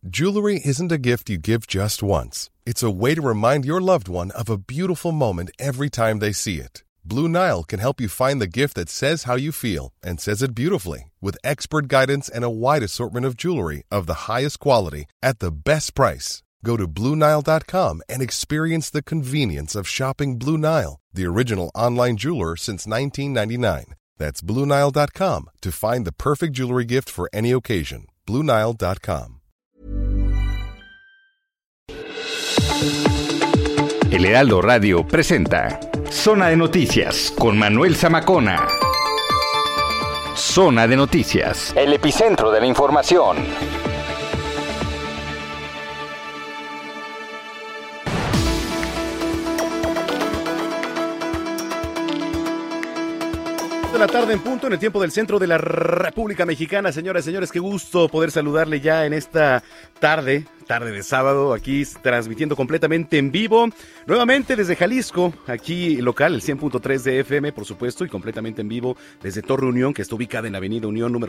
Jewelry isn't a gift you give just once. It's a way to remind your loved one of a beautiful moment every time they see it. Blue Nile can help you find the gift that says how you feel and says it beautifully, with expert guidance and a wide assortment of jewelry of the highest quality at the best price. Go to BlueNile.com and experience the convenience of shopping Blue Nile, the original online jeweler since 1999. That's BlueNile.com to find the perfect jewelry gift for any occasion. BlueNile.com. El Heraldo Radio presenta Zona de Noticias con Manuel Zamacona. Zona de Noticias, el epicentro de la información. De la tarde en punto, en el tiempo del centro de la República Mexicana. Señoras y señores, qué gusto poder saludarle ya en esta tarde de sábado, aquí transmitiendo completamente en vivo, nuevamente desde Jalisco, aquí local, el 100.3 de FM, por supuesto, y completamente en vivo desde Torre Unión, que está ubicada en la Avenida Unión número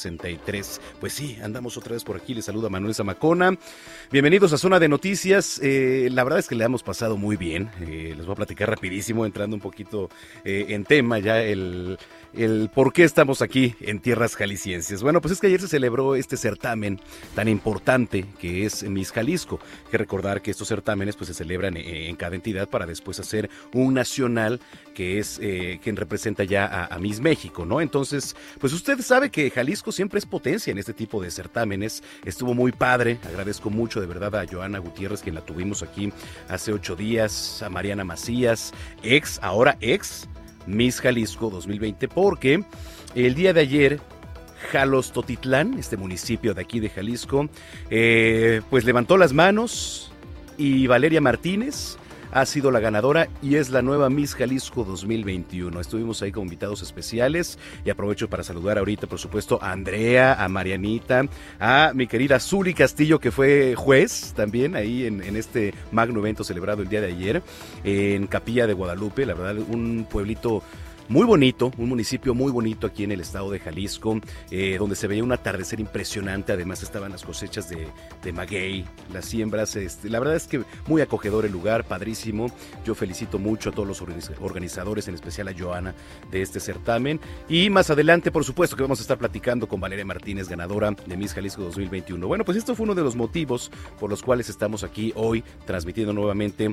163. Pues sí, andamos otra vez por aquí, les saluda Manuel Zamacona. Bienvenidos a Zona de Noticias. La verdad es que le hemos pasado muy bien. Les voy a platicar rapidísimo, entrando un poquito en tema ya el por qué estamos aquí en tierras jaliscienses. Bueno, pues es que ayer se celebró este certamen tan importante que es Miss Jalisco. Hay que recordar que estos certámenes pues se celebran en cada entidad para después hacer un nacional que es quien representa ya a Miss México, ¿no? Entonces, pues usted sabe que Jalisco siempre es potencia en este tipo de certámenes. Estuvo muy padre, agradezco mucho de verdad a Joana Gutiérrez, quien la tuvimos aquí hace 8 días, a Mariana Macías, ahora ex Miss Jalisco 2020, porque el día de ayer Jalostotitlán, este municipio de aquí de Jalisco, pues levantó las manos y Valeria Martínez ha sido la ganadora y es la nueva Miss Jalisco 2021. Estuvimos ahí como invitados especiales y aprovecho para saludar ahorita, por supuesto, a Andrea, a Marianita, a mi querida Zuli Castillo, que fue juez también ahí en este magno evento celebrado el día de ayer en Capilla de Guadalupe. La verdad, un pueblito muy bonito, un municipio muy bonito aquí en el estado de Jalisco, donde se veía un atardecer impresionante. Además estaban las cosechas de maguey, las siembras. La verdad es que muy acogedor el lugar, padrísimo. Yo felicito mucho a todos los organizadores, en especial a Joana, de este certamen. Y más adelante, por supuesto, que vamos a estar platicando con Valeria Martínez, ganadora de Miss Jalisco 2021. Bueno, pues esto fue uno de los motivos por los cuales estamos aquí hoy transmitiendo nuevamente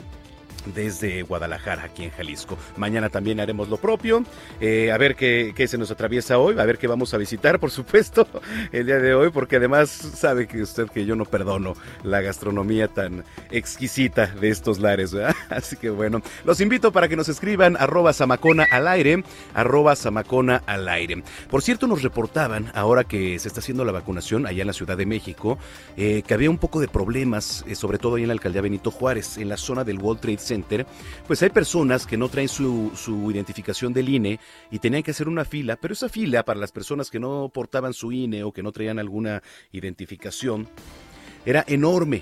desde Guadalajara, aquí en Jalisco. Mañana también haremos lo propio, a ver qué se nos atraviesa hoy, a ver qué vamos a visitar, por supuesto, el día de hoy, porque además sabe que usted que yo no perdono la gastronomía tan exquisita de estos lares, ¿verdad? Así que bueno, los invito para que nos escriban @Zamacona al aire, @Zamacona al aire. Por cierto, nos reportaban, ahora que se está haciendo la vacunación allá en la Ciudad de México, que había un poco de problemas, sobre todo ahí en la alcaldía Benito Juárez, en la zona del World Trade Center. Pues hay personas que no traen su identificación del INE y tenían que hacer una fila, pero esa fila para las personas que no portaban su INE o que no traían alguna identificación era enorme.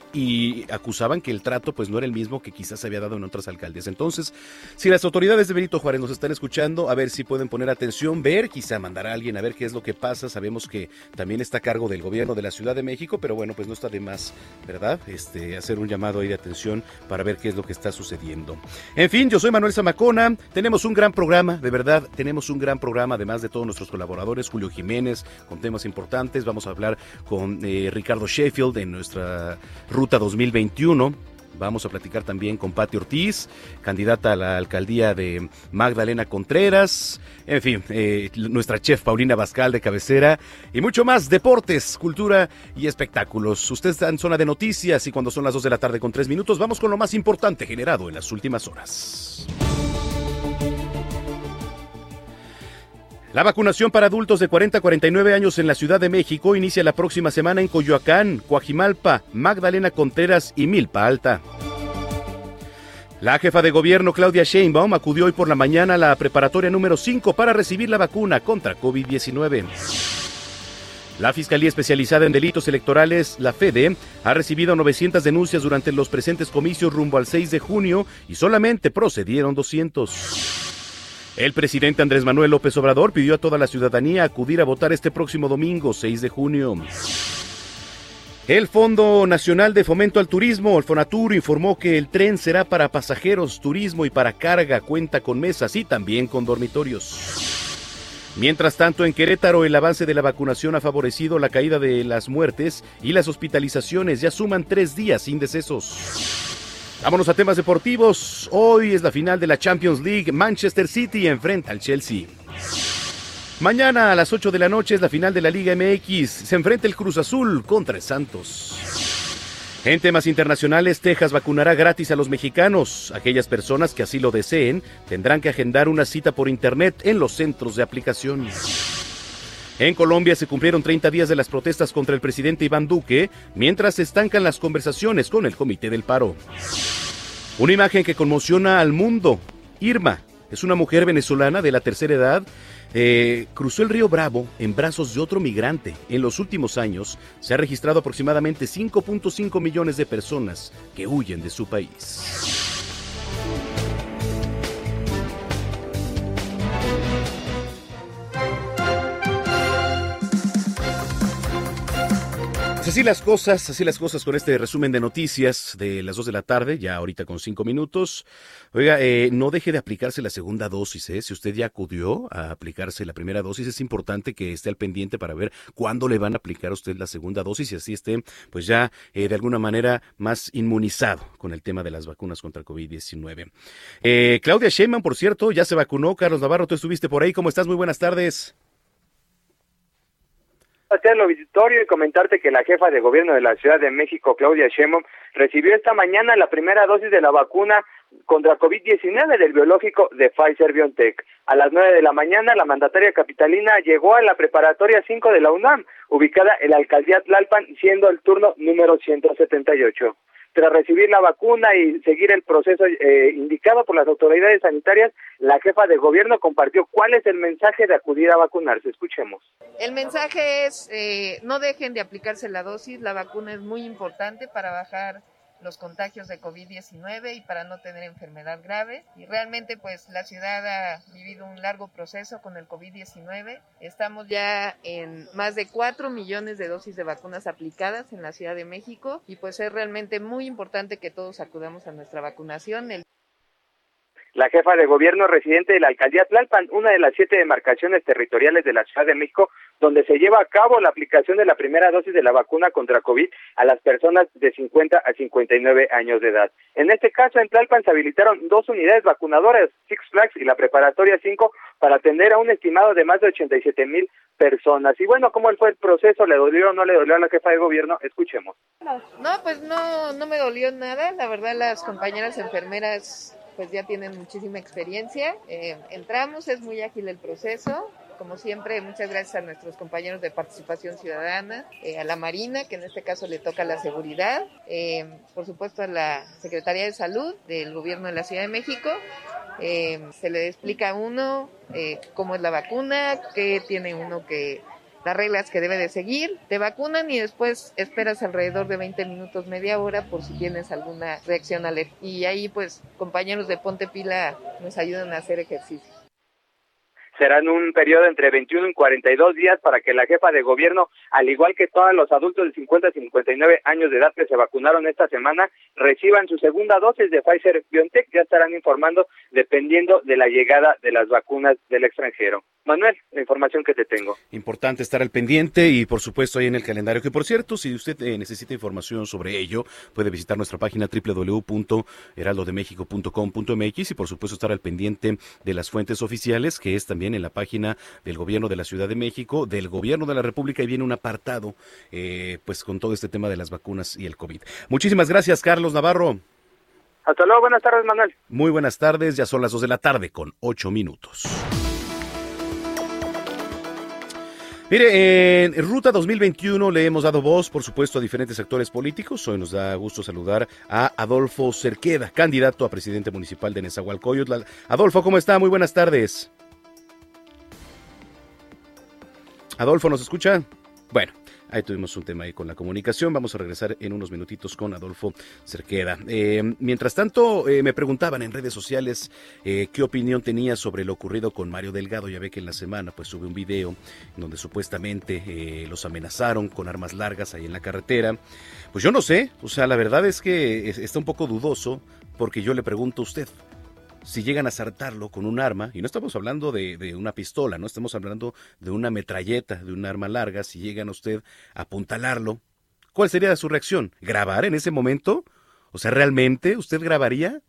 Y acusaban que el trato pues no era el mismo que quizás se había dado en otras alcaldías. Entonces, si las autoridades de Benito Juárez nos están escuchando, a ver si pueden poner atención, ver, quizá mandar a alguien a ver qué es lo que pasa. Sabemos que también está a cargo del gobierno de la Ciudad de México, pero bueno, pues no está de más, ¿verdad? Hacer un llamado ahí de atención para ver qué es lo que está sucediendo. En fin, yo soy Manuel Zamacona, tenemos un gran programa, de verdad, tenemos un gran programa, además de todos nuestros colaboradores, Julio Jiménez, con temas importantes. Vamos a hablar con Ricardo Sheffield en nuestra Ruta 2021. Vamos a platicar también con Pati Ortiz, candidata a la alcaldía de Magdalena Contreras. En fin, nuestra chef Paulina Bascal de cabecera y mucho más, deportes, cultura y espectáculos. Usted está en Zona de Noticias y cuando son las 2 de la tarde con 3 minutos, vamos con lo más importante generado en las últimas horas. La vacunación para adultos de 40 a 49 años en la Ciudad de México inicia la próxima semana en Coyoacán, Coajimalpa, Magdalena Contreras y Milpa Alta. La jefa de gobierno Claudia Sheinbaum acudió hoy por la mañana a la preparatoria número 5 para recibir la vacuna contra COVID-19. La Fiscalía Especializada en Delitos Electorales, la FEDE, ha recibido 900 denuncias durante los presentes comicios rumbo al 6 de junio y solamente procedieron 200. El presidente Andrés Manuel López Obrador pidió a toda la ciudadanía acudir a votar este próximo domingo, 6 de junio. El Fondo Nacional de Fomento al Turismo, el Fonatur, informó que el tren será para pasajeros, turismo y para carga, cuenta con mesas y también con dormitorios. Mientras tanto, en Querétaro, el avance de la vacunación ha favorecido la caída de las muertes y las hospitalizaciones. Ya suman 3 días sin decesos. Vámonos a temas deportivos. Hoy es la final de la Champions League. Manchester City enfrenta al Chelsea. Mañana a las 8 de la noche es la final de la Liga MX. Se enfrenta el Cruz Azul contra el Santos. En temas internacionales, Texas vacunará gratis a los mexicanos. Aquellas personas que así lo deseen tendrán que agendar una cita por internet en los centros de aplicación. En Colombia se cumplieron 30 días de las protestas contra el presidente Iván Duque, mientras se estancan las conversaciones con el Comité del Paro. Una imagen que conmociona al mundo. Irma es una mujer venezolana de la tercera edad. Cruzó el río Bravo en brazos de otro migrante. En los últimos años se ha registrado aproximadamente 5.5 millones de personas que huyen de su país. Así las cosas con este resumen de noticias de las 2 de la tarde, ya ahorita con 5 minutos. Oiga, no deje de aplicarse la segunda dosis, ¿eh? Si usted ya acudió a aplicarse la primera dosis, es importante que esté al pendiente para ver cuándo le van a aplicar a usted la segunda dosis y así esté, pues ya de alguna manera más inmunizado con el tema de las vacunas contra el COVID-19. Claudia Sheinbaum, por cierto, ya se vacunó. Carlos Navarro, tú estuviste por ahí. ¿Cómo estás? Muy buenas tardes. Hacer el auditorio y comentarte que la jefa de gobierno de la Ciudad de México, Claudia Sheinbaum, recibió esta mañana la primera dosis de la vacuna contra COVID-19 del biológico de Pfizer-BioNTech. A las 9 de la mañana, la mandataria capitalina llegó a la preparatoria 5 de la UNAM, ubicada en la alcaldía Tlalpan, siendo el turno número 178. Tras recibir la vacuna y seguir el proceso indicado por las autoridades sanitarias, la jefa de gobierno compartió cuál es el mensaje de acudir a vacunarse. Escuchemos. El mensaje es, no dejen de aplicarse la dosis, la vacuna es muy importante para bajar los contagios de COVID-19 y para no tener enfermedad grave. Y realmente pues la ciudad ha vivido un largo proceso con el COVID-19. Estamos ya en más de 4 millones de dosis de vacunas aplicadas en la Ciudad de México y pues es realmente muy importante que todos acudamos a nuestra vacunación. La jefa de gobierno residente de la alcaldía Tlalpan, una de las 7 demarcaciones territoriales de la Ciudad de México, donde se lleva a cabo la aplicación de la primera dosis de la vacuna contra COVID a las personas de 50 a 59 años de edad. En este caso, en Tlalpan se habilitaron 2 unidades vacunadoras, Six Flags y la preparatoria 5, para atender a un estimado de más de 87,000 personas. Y bueno, ¿cómo fue el proceso? ¿Le dolió o no le dolió a la jefa de gobierno? Escuchemos. No, pues no me dolió nada. La verdad, las compañeras enfermeras pues ya tienen muchísima experiencia. Entramos, es muy ágil el proceso. Como siempre, muchas gracias a nuestros compañeros de Participación Ciudadana, a la Marina, que en este caso le toca la seguridad, por supuesto a la Secretaría de Salud del Gobierno de la Ciudad de México. Se le explica a uno cómo es la vacuna, qué tiene uno que... las reglas que debe de seguir, te vacunan y después esperas alrededor de 20 minutos, media hora por si tienes alguna reacción alérgica. Y ahí pues compañeros de Ponte Pila nos ayudan a hacer ejercicio. Serán un periodo entre 21 y 42 días para que la jefa de gobierno, al igual que todos los adultos de 50 a 59 años de edad que se vacunaron esta semana, reciban su segunda dosis de Pfizer-BioNTech. Ya estarán informando dependiendo de la llegada de las vacunas del extranjero. Manuel, la información que te tengo. Importante estar al pendiente y por supuesto ahí en el calendario, que por cierto, si usted necesita información sobre ello, puede visitar nuestra página www.heraldodemexico.com.mx y por supuesto estar al pendiente de las fuentes oficiales, que es también en la página del Gobierno de la Ciudad de México, del Gobierno de la República, y viene un apartado pues con todo este tema de las vacunas y el COVID. Muchísimas gracias, Carlos Navarro. Hasta luego, buenas tardes, Manuel. Muy buenas tardes, ya son las 2 de la tarde con 8 minutos. Mire, en Ruta 2021 le hemos dado voz, por supuesto, a diferentes actores políticos. Hoy nos da gusto saludar a Adolfo Cerqueda, candidato a presidente municipal de Nezahualcóyotl. Adolfo, ¿cómo está? Muy buenas tardes. Adolfo, ¿nos escucha? Bueno, Ahí tuvimos un tema ahí con la comunicación. Vamos a regresar en unos minutitos con Adolfo Cerqueda. Mientras tanto, me preguntaban en redes sociales qué opinión tenía sobre lo ocurrido con Mario Delgado. Ya ve que en la semana pues sube un video donde supuestamente los amenazaron con armas largas ahí en la carretera. Pues yo no sé, o sea, la verdad es que está un poco dudoso, porque yo le pregunto a usted, si llegan a asaltarlo con un arma, y no estamos hablando de una pistola, no estamos hablando de una metralleta, de un arma larga, si llegan a usted a apuntalarlo, ¿cuál sería su reacción? ¿Grabar en ese momento? O sea, ¿realmente usted grabaría?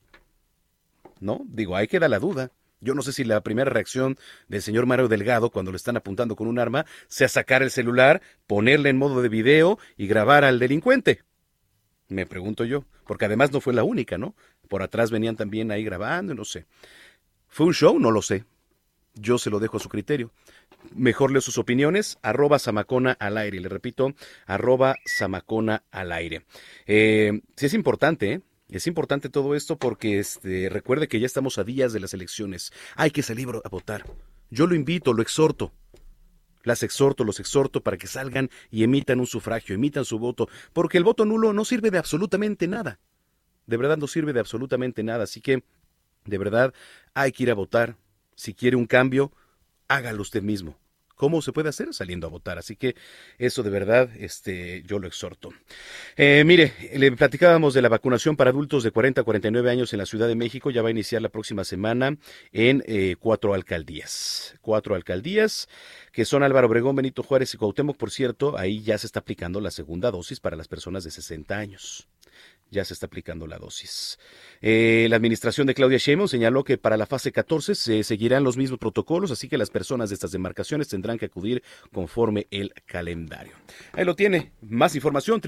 No, digo, ahí queda la duda. Yo no sé si la primera reacción del señor Mario Delgado cuando le están apuntando con un arma sea sacar el celular, ponerle en modo de video y grabar al delincuente. Me pregunto yo, porque además no fue la única, ¿no? Por atrás venían también ahí grabando, no sé. ¿Fue un show? No lo sé. Yo se lo dejo a su criterio. Mejor leo sus opiniones, @Zamacona al aire. Le repito, @Zamacona al aire. Sí es importante, ¿eh? Es importante todo esto porque recuerde que ya estamos a días de las elecciones. Hay que salir a votar. Yo lo invito, lo exhorto. Los exhorto para que salgan y emitan un sufragio, emitan su voto, porque el voto nulo no sirve de absolutamente nada. De verdad no sirve de absolutamente nada, así que de verdad hay que ir a votar. Si quiere un cambio, hágalo usted mismo. ¿Cómo se puede hacer? Saliendo a votar. Así que eso de verdad, yo lo exhorto. Mire, le platicábamos de la vacunación para adultos de 40 a 49 años en la Ciudad de México. Ya va a iniciar la próxima semana en 4 alcaldías. 4 alcaldías que son Álvaro Obregón, Benito Juárez y Cuauhtémoc. Por cierto, ahí ya se está aplicando la segunda dosis para las personas de 60 años. Ya se está aplicando la dosis. La administración de Claudia Sheinbaum señaló que para la fase 14 se seguirán los mismos protocolos, así que las personas de estas demarcaciones tendrán que acudir conforme el calendario. Ahí lo tiene. Más información,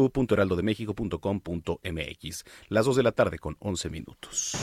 www.heraldodemexico.com.mx. Las 2 de la tarde con 11 minutos.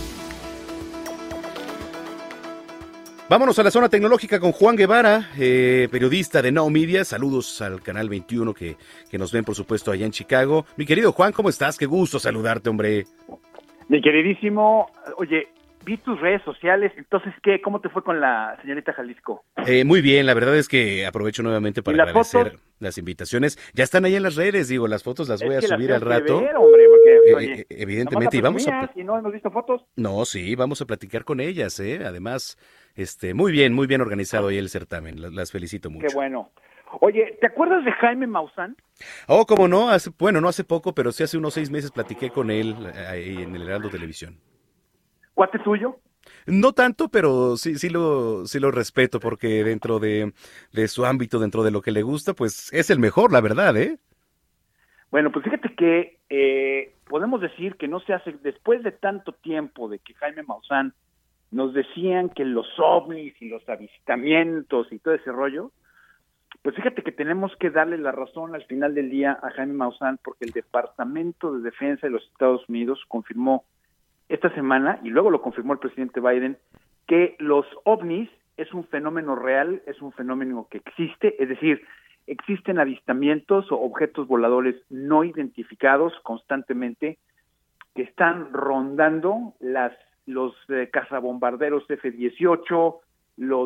Vámonos a la zona tecnológica con Juan Guevara, periodista de Now Media. Saludos al Canal 21 que nos ven, por supuesto, allá en Chicago. Mi querido Juan, ¿cómo estás? Qué gusto saludarte, hombre. Mi queridísimo, oye, vi tus redes sociales, entonces, ¿qué? ¿Cómo te fue con la señorita Jalisco? Muy bien, la verdad es que aprovecho nuevamente para agradecer las invitaciones. Ya están ahí en las redes, digo, las fotos las voy a subir al rato. Ver, hombre, porque, oye, evidentemente, y vamos a... ¿Y no hemos visto fotos? No, sí, vamos a platicar con ellas, además, muy bien organizado ahí el certamen, las felicito mucho. Qué bueno. Oye, ¿te acuerdas de Jaime Maussan? Oh, cómo no, no hace poco, pero sí hace unos 6 meses platiqué con él ahí en el Heraldo Televisión. ¿Cuate tuyo? No tanto, pero sí lo respeto, porque dentro de su ámbito, dentro de lo que le gusta, pues es el mejor, la verdad, ¿eh? Bueno, pues fíjate que podemos decir que no se hace, después de tanto tiempo de que Jaime Maussan nos decían que los ovnis y los avistamientos y todo ese rollo, pues fíjate que tenemos que darle la razón al final del día a Jaime Maussan, porque el Departamento de Defensa de los Estados Unidos confirmó esta semana, y luego lo confirmó el presidente Biden, que los ovnis es un fenómeno real, es un fenómeno que existe, es decir, existen avistamientos o objetos voladores no identificados constantemente que están rondando los cazabombarderos F-18, los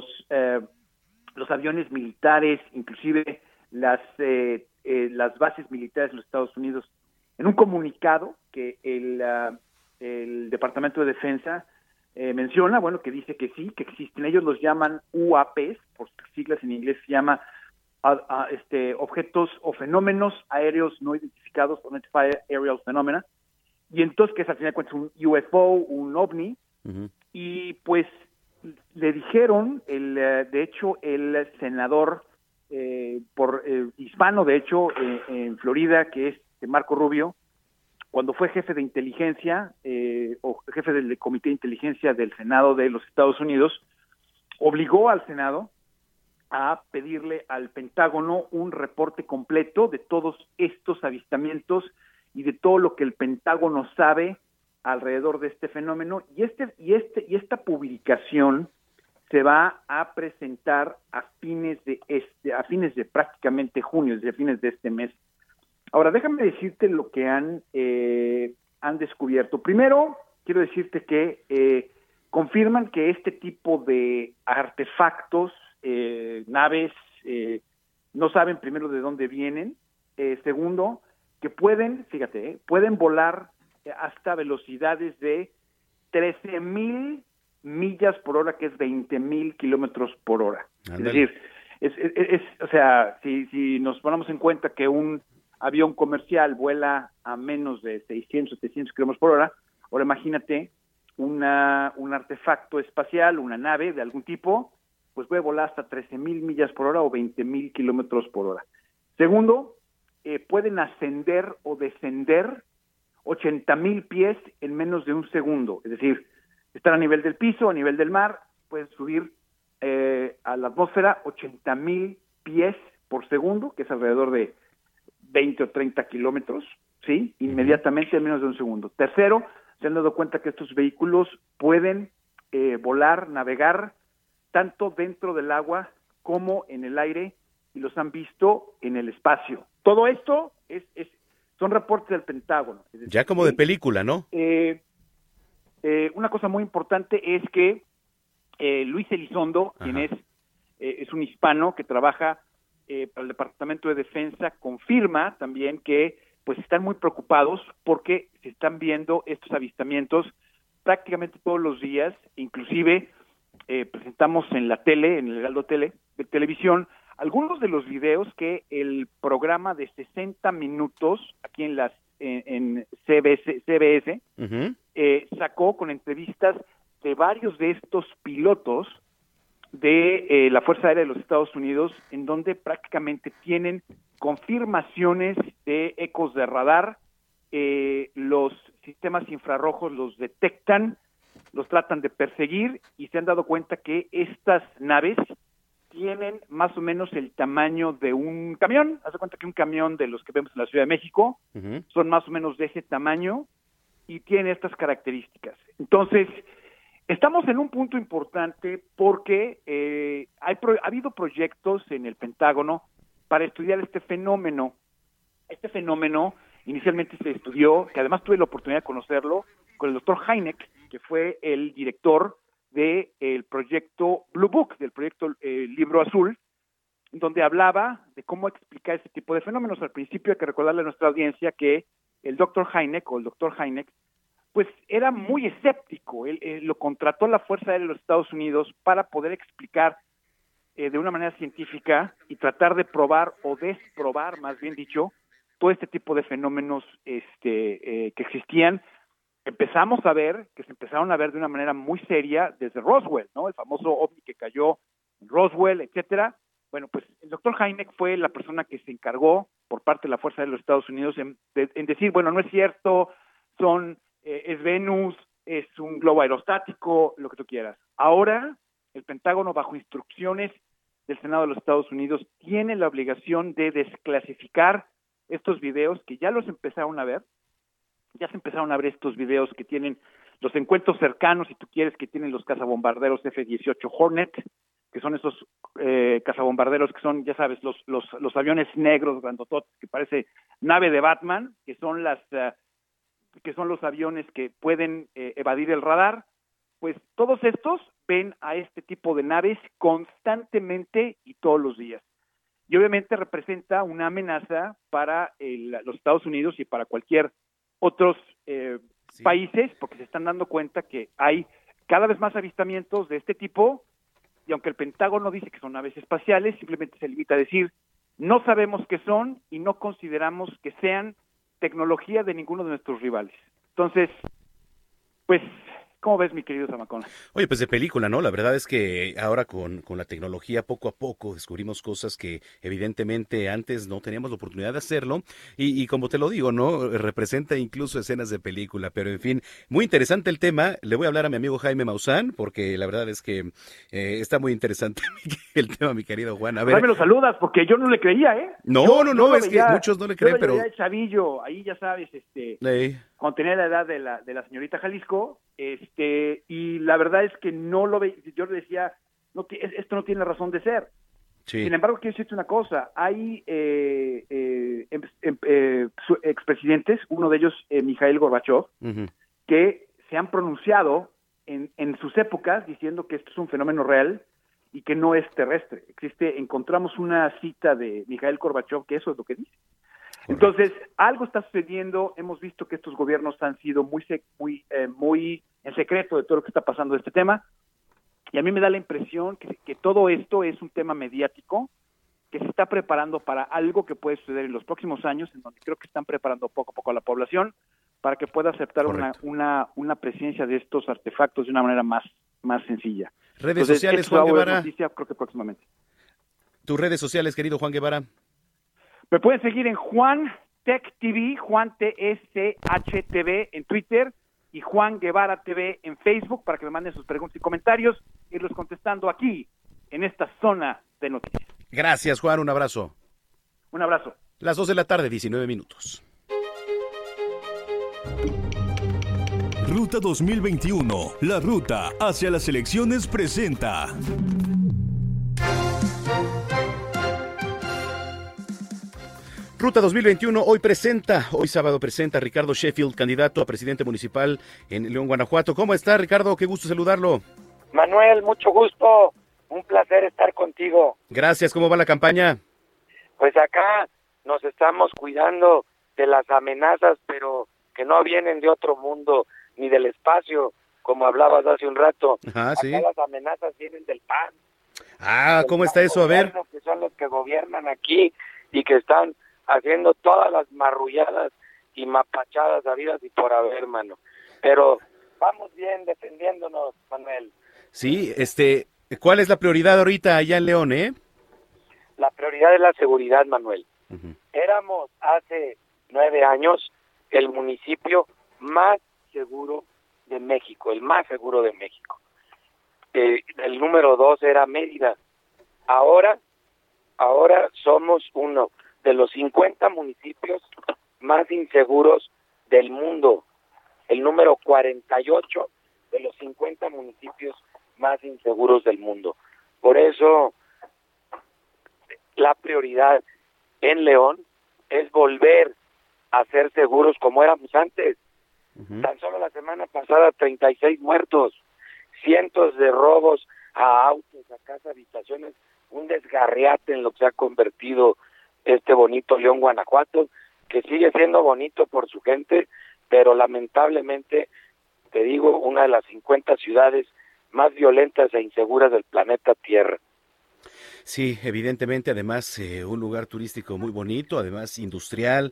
aviones militares, inclusive las bases militares de los Estados Unidos. En un comunicado que el Departamento de Defensa menciona, bueno, que dice que sí, que existen, ellos los llaman UAPs, por siglas en inglés se llama objetos o fenómenos aéreos no identificados, Unidentified Aerial Phenomena, y entonces que es al final de cuentas un UFO, un OVNI, y pues le dijeron, de hecho, el senador hispano, de hecho, en Florida, que es Marco Rubio, cuando fue jefe de inteligencia o jefe del Comité de Inteligencia del Senado de los Estados Unidos, obligó al Senado a pedirle al Pentágono un reporte completo de todos estos avistamientos y de todo lo que el Pentágono sabe alrededor de este fenómeno, y esta publicación se va a presentar a fines de prácticamente junio, desde fines de este mes. Ahora, déjame decirte lo que han descubierto. Primero, quiero decirte que confirman que este tipo de artefactos, naves, no saben primero de dónde vienen, segundo, que pueden volar hasta velocidades de 13,000 millas por hora, que es 20,000 kilómetros por hora. Ándale. Es decir, o sea, si nos ponemos en cuenta que un avión comercial vuela a menos de 600, 700 kilómetros por hora, ahora imagínate un artefacto espacial, una nave de algún tipo, pues puede volar hasta 13,000 millas por hora o 20,000 kilómetros por hora. Segundo, pueden ascender o descender 80,000 pies en menos de un segundo. Es decir, estar a nivel del piso, a nivel del mar, pueden subir a la atmósfera 80,000 pies por segundo, que es alrededor de 20 o 30 kilómetros, ¿sí? Inmediatamente en menos de un segundo. Tercero, se han dado cuenta que estos vehículos pueden volar, navegar, tanto dentro del agua como en el aire, y los han visto en el espacio. Todo esto son reportes del Pentágono. Es decir, Ya como de película, ¿no? Una cosa muy importante es que Luis Elizondo, quien es un hispano que trabaja para el Departamento de Defensa, confirma también que pues están muy preocupados porque se están viendo estos avistamientos prácticamente todos los días. Inclusive presentamos en la tele, en el Heraldo Televisión, algunos de los videos que el programa de 60 minutos aquí en CBS sacó con entrevistas de varios de estos pilotos de la Fuerza Aérea de los Estados Unidos, en donde prácticamente tienen confirmaciones de ecos de radar. Los sistemas infrarrojos los detectan, los tratan de perseguir, y se han dado cuenta que estas naves tienen más o menos el tamaño de un camión. Haz de cuenta que un camión de los que vemos en la Ciudad de México son más o menos de ese tamaño y tienen estas características. Entonces, estamos en un punto importante porque ha habido proyectos en el Pentágono para estudiar este fenómeno. Este fenómeno inicialmente se estudió, que además tuve la oportunidad de conocerlo, con el doctor Hynek, que fue el director del proyecto Blue Book, del proyecto Libro Azul, donde hablaba de cómo explicar este tipo de fenómenos. Al principio hay que recordarle a nuestra audiencia que el doctor Hynek, pues era muy escéptico. Él lo contrató la Fuerza Aérea de los Estados Unidos para poder explicar de una manera científica y tratar de probar o desprobar, más bien dicho, todo este tipo de fenómenos que existían. Empezamos a ver, que se empezaron a ver de una manera muy seria desde Roswell, ¿no? El famoso ovni que cayó en Roswell, etcétera. Bueno, pues el doctor Hynek fue la persona que se encargó por parte de la Fuerza de los Estados Unidos en decir, bueno, no es cierto, es Venus, es un globo aerostático, lo que tú quieras. Ahora, el Pentágono, bajo instrucciones del Senado de los Estados Unidos, tiene la obligación de desclasificar estos videos que ya los empezaron a ver. Ya se empezaron a ver estos videos que tienen los encuentros cercanos, si tú quieres, que tienen los cazabombarderos F-18 Hornet, que son esos cazabombarderos que son, ya sabes, los aviones negros grandototes que parece nave de Batman, que son los aviones que pueden evadir el radar. Pues todos estos ven a este tipo de naves constantemente y todos los días. Y obviamente representa una amenaza para los Estados Unidos y para cualquier otros países, porque se están dando cuenta que hay cada vez más avistamientos de este tipo, y aunque el Pentágono dice que son naves espaciales, simplemente se limita a decir, no sabemos qué son y no consideramos que sean tecnología de ninguno de nuestros rivales. Entonces, pues, ¿cómo ves, mi querido Zamacona? Oye, pues de película, ¿no? La verdad es que ahora con la tecnología poco a poco descubrimos cosas que evidentemente antes no teníamos la oportunidad de hacerlo y como te lo digo, ¿no? Representa incluso escenas de película, pero en fin, muy interesante el tema. Le voy a hablar a mi amigo Jaime Maussan porque la verdad es que está muy interesante el tema, mi querido Juan. A ver. Me lo saludas porque yo no le creía, ¿eh? No, es que muchos no le creen, pero... Yo el chavillo, ahí ya sabes, cuando tenía la edad de la señorita Jalisco, y la verdad es que no lo veía. Yo le decía, esto no tiene razón de ser. Sí. Sin embargo, quiero decirte una cosa, hay expresidentes, uno de ellos, Mikhail Gorbachev, que se han pronunciado en sus épocas diciendo que esto es un fenómeno real y que no es terrestre. Encontramos una cita de Mikhail Gorbachev que eso es lo que dice. Entonces, algo está sucediendo. Hemos visto que estos gobiernos han sido muy en secreto de todo lo que está pasando de este tema, y a mí me da la impresión que todo esto es un tema mediático que se está preparando para algo que puede suceder en los próximos años, en donde creo que están preparando poco a poco a la población para que pueda aceptar una presencia de estos artefactos de una manera más sencilla. Redes sociales, Juan Guevara. Noticia, creo que próximamente. Tus redes sociales, querido Juan Guevara. Me pueden seguir en Juan Tech TV, Juan TSH TV en Twitter y Juan Guevara TV en Facebook para que me manden sus preguntas y comentarios, irlos contestando aquí en esta zona de noticias. Gracias, Juan, un abrazo. Un abrazo. Las 2 de la tarde, 19 minutos. Ruta 2021, la ruta hacia las elecciones presenta. Ruta 2021 hoy sábado presenta a Ricardo Sheffield, candidato a presidente municipal en León, Guanajuato. ¿Cómo está, Ricardo? Qué gusto saludarlo. Manuel, mucho gusto, un placer estar contigo. Gracias, ¿cómo va la campaña? Pues acá nos estamos cuidando de las amenazas, pero que no vienen de otro mundo, ni del espacio, como hablabas hace un rato. Ajá, sí. Acá las amenazas vienen del PAN. ¿Cómo está eso? A ver. Que son los que gobiernan aquí y que están haciendo todas las marrulladas y mapachadas habidas y por haber, mano. Pero vamos bien defendiéndonos, Manuel. Sí, ¿cuál es la prioridad ahorita allá en León, La prioridad es la seguridad, Manuel. Uh-huh. Éramos hace 9 años el municipio más seguro de México, el más seguro de México. El número 2 era Mérida. Ahora somos uno de los 50 municipios más inseguros del mundo, el número 48 de los 50 municipios más inseguros del mundo. Por eso, la prioridad en León es volver a ser seguros como éramos antes. Uh-huh. Tan solo la semana pasada, 36 muertos, cientos de robos a autos, a casas, habitaciones, un desgarriate en lo que se ha convertido este bonito León, Guanajuato, que sigue siendo bonito por su gente, pero lamentablemente, te digo, una de las 50 ciudades más violentas e inseguras del planeta Tierra. Sí, evidentemente, además, un lugar turístico muy bonito, además industrial,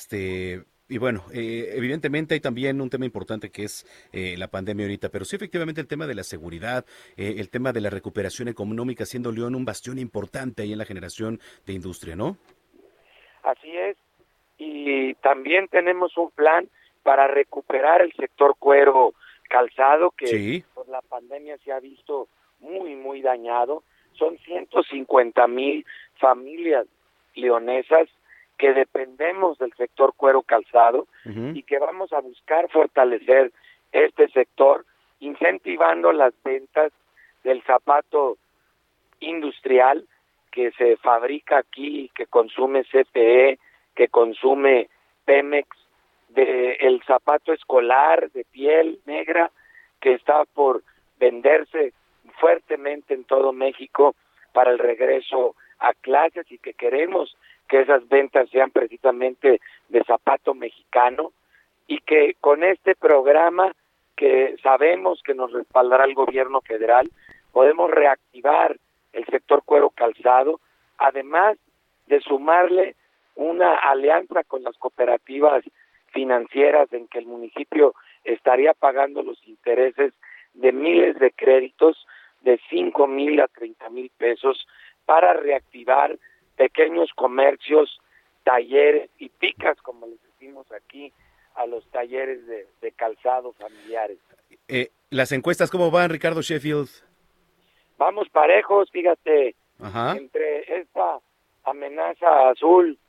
y bueno, evidentemente hay también un tema importante que es la pandemia ahorita, pero sí, efectivamente, el tema de la seguridad, el tema de la recuperación económica, siendo León un bastión importante ahí en la generación de industria, ¿no? Así es, y también tenemos un plan para recuperar el sector cuero calzado, que sí, por la pandemia se ha visto muy, muy dañado. Son 150,000 familias leonesas que dependemos del sector cuero calzado. Uh-huh. Y que vamos a buscar fortalecer este sector, incentivando las ventas del zapato industrial que se fabrica aquí, que consume CFE, que consume Pemex, el zapato escolar de piel negra que está por venderse fuertemente en todo México para el regreso a clases, y que queremos que esas ventas sean precisamente de zapato mexicano, y que con este programa que sabemos que nos respaldará el gobierno federal podemos reactivar el sector cuero calzado, además de sumarle una alianza con las cooperativas financieras en que el municipio estaría pagando los intereses de miles de créditos de 5,000 a 30,000 pesos para reactivar pequeños comercios, talleres y picas, como les decimos aquí, a los talleres de calzado familiares. ¿Las encuestas cómo van, Ricardo Sheffield? Vamos parejos, fíjate. Ajá. Entre esta amenaza azul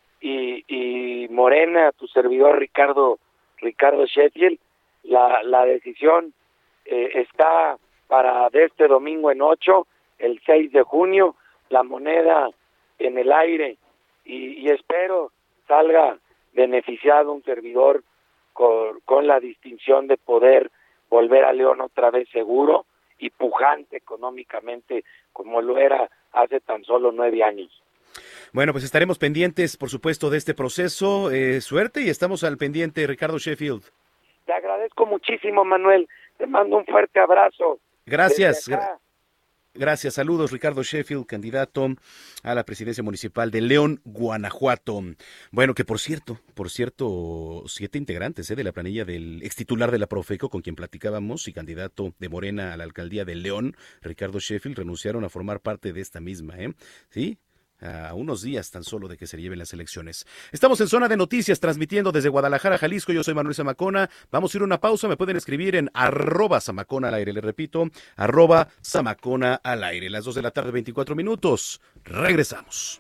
y morena, tu servidor Ricardo Sheffield, la decisión está para de este domingo en 8, el 6 de junio, la moneda en el aire, y espero salga beneficiado un servidor con la distinción de poder volver a León otra vez seguro y pujante económicamente como lo era hace tan solo 9 años. Bueno, pues estaremos pendientes, por supuesto, de este proceso. Suerte y estamos al pendiente, Ricardo Sheffield. Te agradezco muchísimo, Manuel. Te mando un fuerte abrazo. Gracias. Gracias, saludos, Ricardo Sheffield, candidato a la presidencia municipal de León, Guanajuato. Bueno, que por cierto, 7 integrantes de la planilla del ex titular de la Profeco, con quien platicábamos, y candidato de Morena a la alcaldía de León, Ricardo Sheffield, renunciaron a formar parte de esta misma, ¿sí? A unos días tan solo de que se lleven las elecciones. Estamos en Zona de Noticias, transmitiendo desde Guadalajara, Jalisco. Yo soy Manuel Zamacona. Vamos a ir a una pausa. Me pueden escribir en @Zamacona al aire. Le repito, @Zamacona al aire. Las 2 de la tarde, 24 minutos. Regresamos.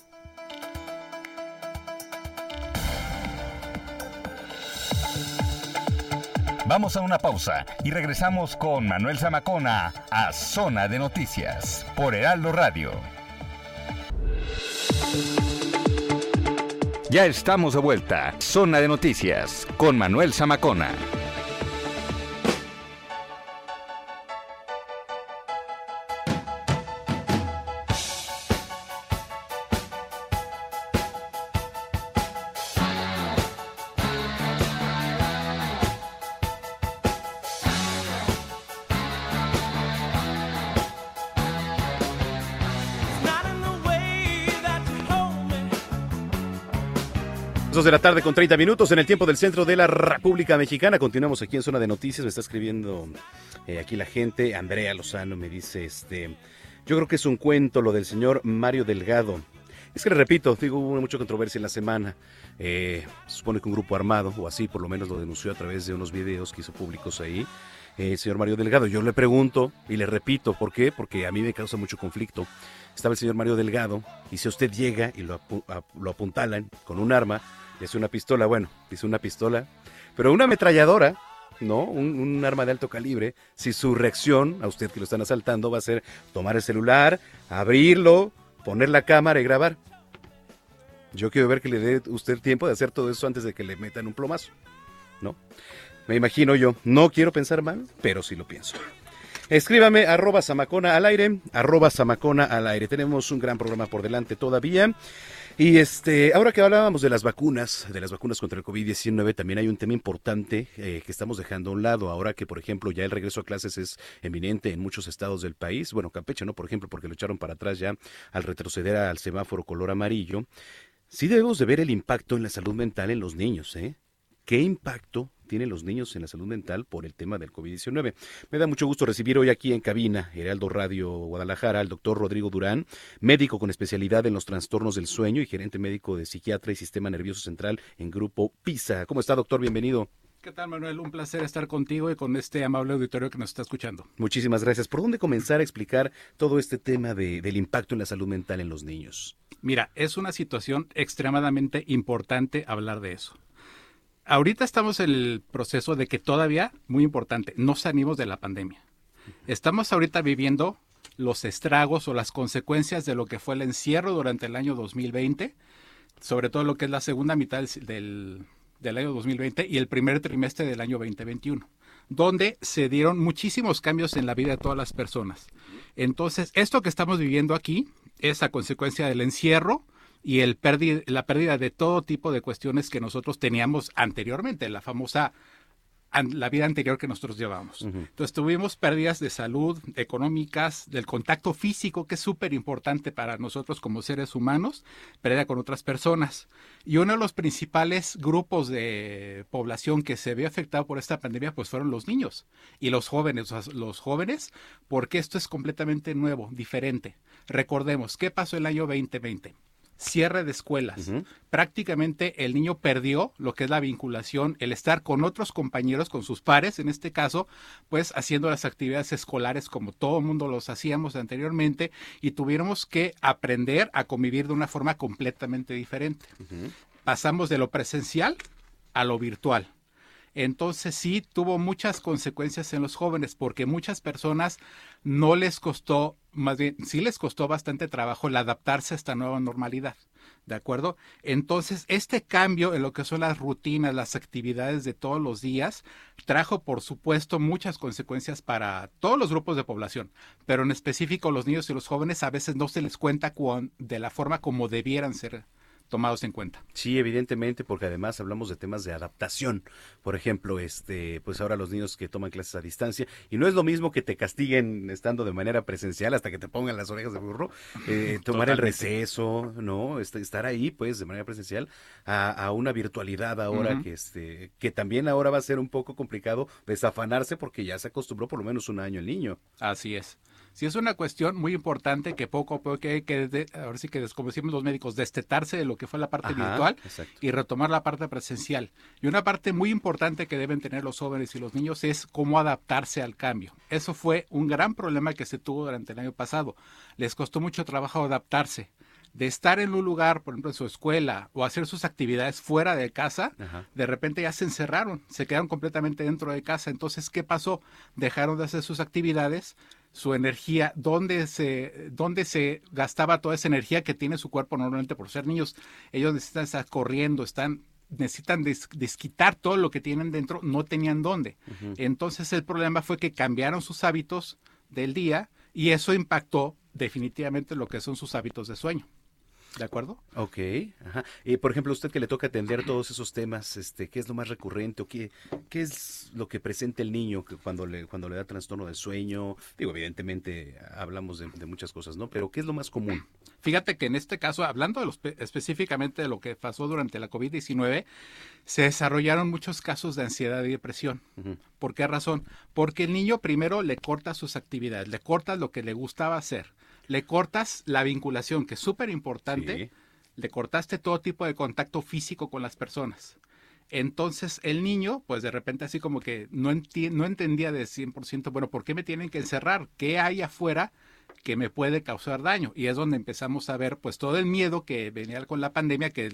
Vamos a una pausa y regresamos con Manuel Zamacona a Zona de Noticias por Heraldo Radio. Ya estamos de vuelta. Zona de Noticias con Manuel Zamacona. De la tarde con 30 minutos en el tiempo del centro de la República Mexicana. Continuamos aquí en Zona de Noticias. Me está escribiendo aquí la gente. Andrea Lozano me dice, yo creo que es un cuento lo del señor Mario Delgado. Es que le repito, hubo mucha controversia en la semana. Se supone que un grupo armado, o así por lo menos lo denunció a través de unos videos que hizo públicos ahí, señor Mario Delgado. Yo le pregunto y le repito, ¿por qué? Porque a mí me causa mucho conflicto. Estaba el señor Mario Delgado y si usted llega y lo apuntalan con un arma, le hace una pistola, dice una pistola, pero una ametralladora, ¿no? Un arma de alto calibre, si su reacción a usted que lo están asaltando va a ser tomar el celular, abrirlo, poner la cámara y grabar. Yo quiero ver que le dé usted tiempo de hacer todo eso antes de que le metan un plomazo, ¿no? Me imagino yo, no quiero pensar mal, pero sí lo pienso. Escríbame @Zamacona al aire, @Zamacona al aire. Tenemos un gran programa por delante todavía. Y ahora que hablábamos de las vacunas contra el COVID-19, también hay un tema importante que estamos dejando a un lado. Ahora que, por ejemplo, ya el regreso a clases es eminente en muchos estados del país. Bueno, Campeche, ¿no? Por ejemplo, porque lo echaron para atrás ya al retroceder al semáforo color amarillo. Sí debemos de ver el impacto en la salud mental en los niños, ¿eh? ¿Qué impacto tienen los niños en la salud mental por el tema del COVID-19? Me da mucho gusto recibir hoy aquí en cabina, Heraldo Radio Guadalajara, al doctor Rodrigo Durán, médico con especialidad en los trastornos del sueño y gerente médico de psiquiatra y sistema nervioso central en Grupo PISA. ¿Cómo está, doctor? Bienvenido. ¿Qué tal, Manuel? Un placer estar contigo y con este amable auditorio que nos está escuchando. Muchísimas gracias. ¿Por dónde comenzar a explicar todo este tema del impacto en la salud mental en los niños? Mira, es una situación extremadamente importante hablar de eso. Ahorita estamos en el proceso de que todavía, muy importante, no salimos de la pandemia. Estamos ahorita viviendo los estragos o las consecuencias de lo que fue el encierro durante el año 2020, sobre todo lo que es la segunda mitad del año 2020 y el primer trimestre del año 2021, donde se dieron muchísimos cambios en la vida de todas las personas. Entonces, esto que estamos viviendo aquí es a consecuencia del encierro y la pérdida de todo tipo de cuestiones que nosotros teníamos anteriormente, la vida anterior que nosotros llevábamos. Entonces tuvimos pérdidas de salud, económicas, del contacto físico, que es súper importante para nosotros como seres humanos, pérdida con otras personas. Y uno de los principales grupos de población que se vio afectado por esta pandemia, pues fueron los niños y los jóvenes. Los jóvenes, porque esto es completamente nuevo, diferente. Recordemos, ¿qué pasó el año 2020? Cierre de escuelas. Prácticamente el niño perdió lo que es la vinculación, el estar con otros compañeros, con sus pares, en este caso, pues haciendo las actividades escolares como todo el mundo los hacíamos anteriormente y tuviéramos que aprender a convivir de una forma completamente diferente. Pasamos de lo presencial a lo virtual. Entonces sí tuvo muchas consecuencias en los jóvenes porque muchas personas no les costó, más bien sí les costó bastante trabajo el adaptarse a esta nueva normalidad. ¿De acuerdo? Entonces, este cambio en lo que son las rutinas, las actividades de todos los días, trajo, por supuesto, muchas consecuencias para todos los grupos de población, pero en específico los niños y los jóvenes a veces no se les cuenta de la forma como debieran ser tomados en cuenta. Sí, evidentemente, porque además hablamos de temas de adaptación. Por ejemplo, pues ahora los niños que toman clases a distancia, y no es lo mismo que te castiguen estando de manera presencial hasta que te pongan las orejas de burro, tomar el receso, ¿no? Estar ahí, pues, de manera presencial, a una virtualidad ahora que también ahora va a ser un poco complicado desafanarse porque ya se acostumbró por lo menos un año el niño. Así es. Sí, es una cuestión muy importante que poco a poco hay que ahora sí que, como decimos los médicos, destetarse de lo que fue la parte virtual y retomar la parte presencial. Y una parte muy importante que deben tener los jóvenes y los niños es cómo adaptarse al cambio. Eso fue un gran problema que se tuvo durante el año pasado. Les costó mucho trabajo adaptarse. De estar en un lugar, por ejemplo, en su escuela, o hacer sus actividades fuera de casa, de repente ya se encerraron, se quedaron completamente dentro de casa. Entonces, ¿qué pasó? Dejaron de hacer sus actividades, su energía, ¿dónde se gastaba toda esa energía que tiene su cuerpo normalmente por ser niños? Ellos necesitan estar corriendo, necesitan desquitar todo lo que tienen dentro, no tenían dónde. Entonces, el problema fue que cambiaron sus hábitos del día y eso impactó definitivamente lo que son sus hábitos de sueño. ¿De acuerdo? Ok, ajá. Por ejemplo, usted que le toca atender todos esos temas, ¿qué es lo más recurrente o qué es lo que presenta el niño cuando le da trastorno de sueño? Digo, evidentemente hablamos de muchas cosas, ¿no? Pero ¿qué es lo más común? Fíjate que en este caso, hablando específicamente de lo que pasó durante la COVID-19, se desarrollaron muchos casos de ansiedad y depresión. ¿Por qué razón? Porque el niño primero le corta sus actividades, le cortas lo que le gustaba hacer, le cortas la vinculación, que es súper importante, le cortaste todo tipo de contacto físico con las personas. Entonces el niño, pues de repente así como que no entendía de 100%, bueno, ¿por qué me tienen que encerrar? ¿Qué hay afuera que me puede causar daño? Y es donde empezamos a ver pues todo el miedo que venía con la pandemia que